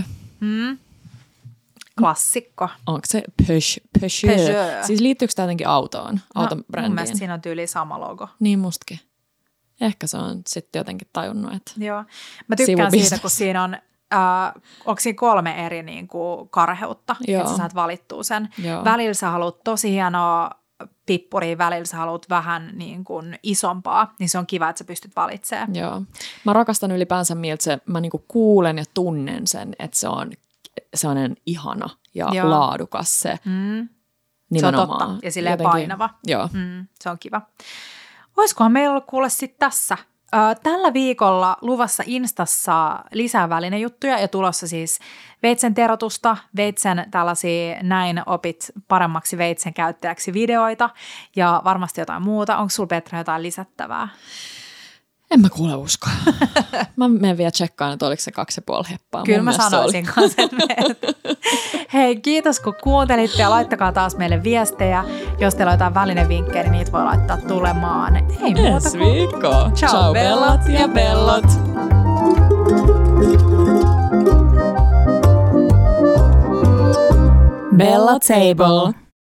Klassikko.
Onko se Peugeot? Siis liittyykö tämä jotenkin autoon, autobrändiin?
Mun mielestä siinä on tyyliin sama logo.
Niin mustakin. Ehkä se on sitten jotenkin tajunnut, että
joo. Mä tykkään siitä, kun siinä on, onko siinä 3 eri niin kuin karheutta, että sä saat valittua sen. Joo. Välillä sä haluat tosi hienoa pippuria, välillä sä haluat vähän niin kuin isompaa, niin se on kiva, että sä pystyt valitsemaan.
Joo. Mä rakastan ylipäänsä miltä mä niinku kuulen ja tunnen sen, että se on sellainen ihana ja laadukas se nimenomaan.
Se on totta ja silleen painava.
Joo.
Se on kiva. Olisikohan meillä ollut kuule sitten tässä? Tällä viikolla luvassa Instassa lisää välinejuttuja ja tulossa siis veitsen terotusta, veitsen tällaisia näin opit paremmaksi veitsen käyttäjäksi videoita ja varmasti jotain muuta. Onko sulla Petra jotain lisättävää?
En mä kuule usko. Mä menen vielä tsekkaan, että oliko se 2,5 heppaa.
Kyllä mä sanoisin kanssa. Hei, kiitos kun kuuntelitte ja laittakaa taas meille viestejä. Jos teillä on jotain välinevinkkejä, niin niitä voi laittaa tulemaan. Ei muuta kuin
viikko.
Ciao bellat ja bellot.
Bella Table.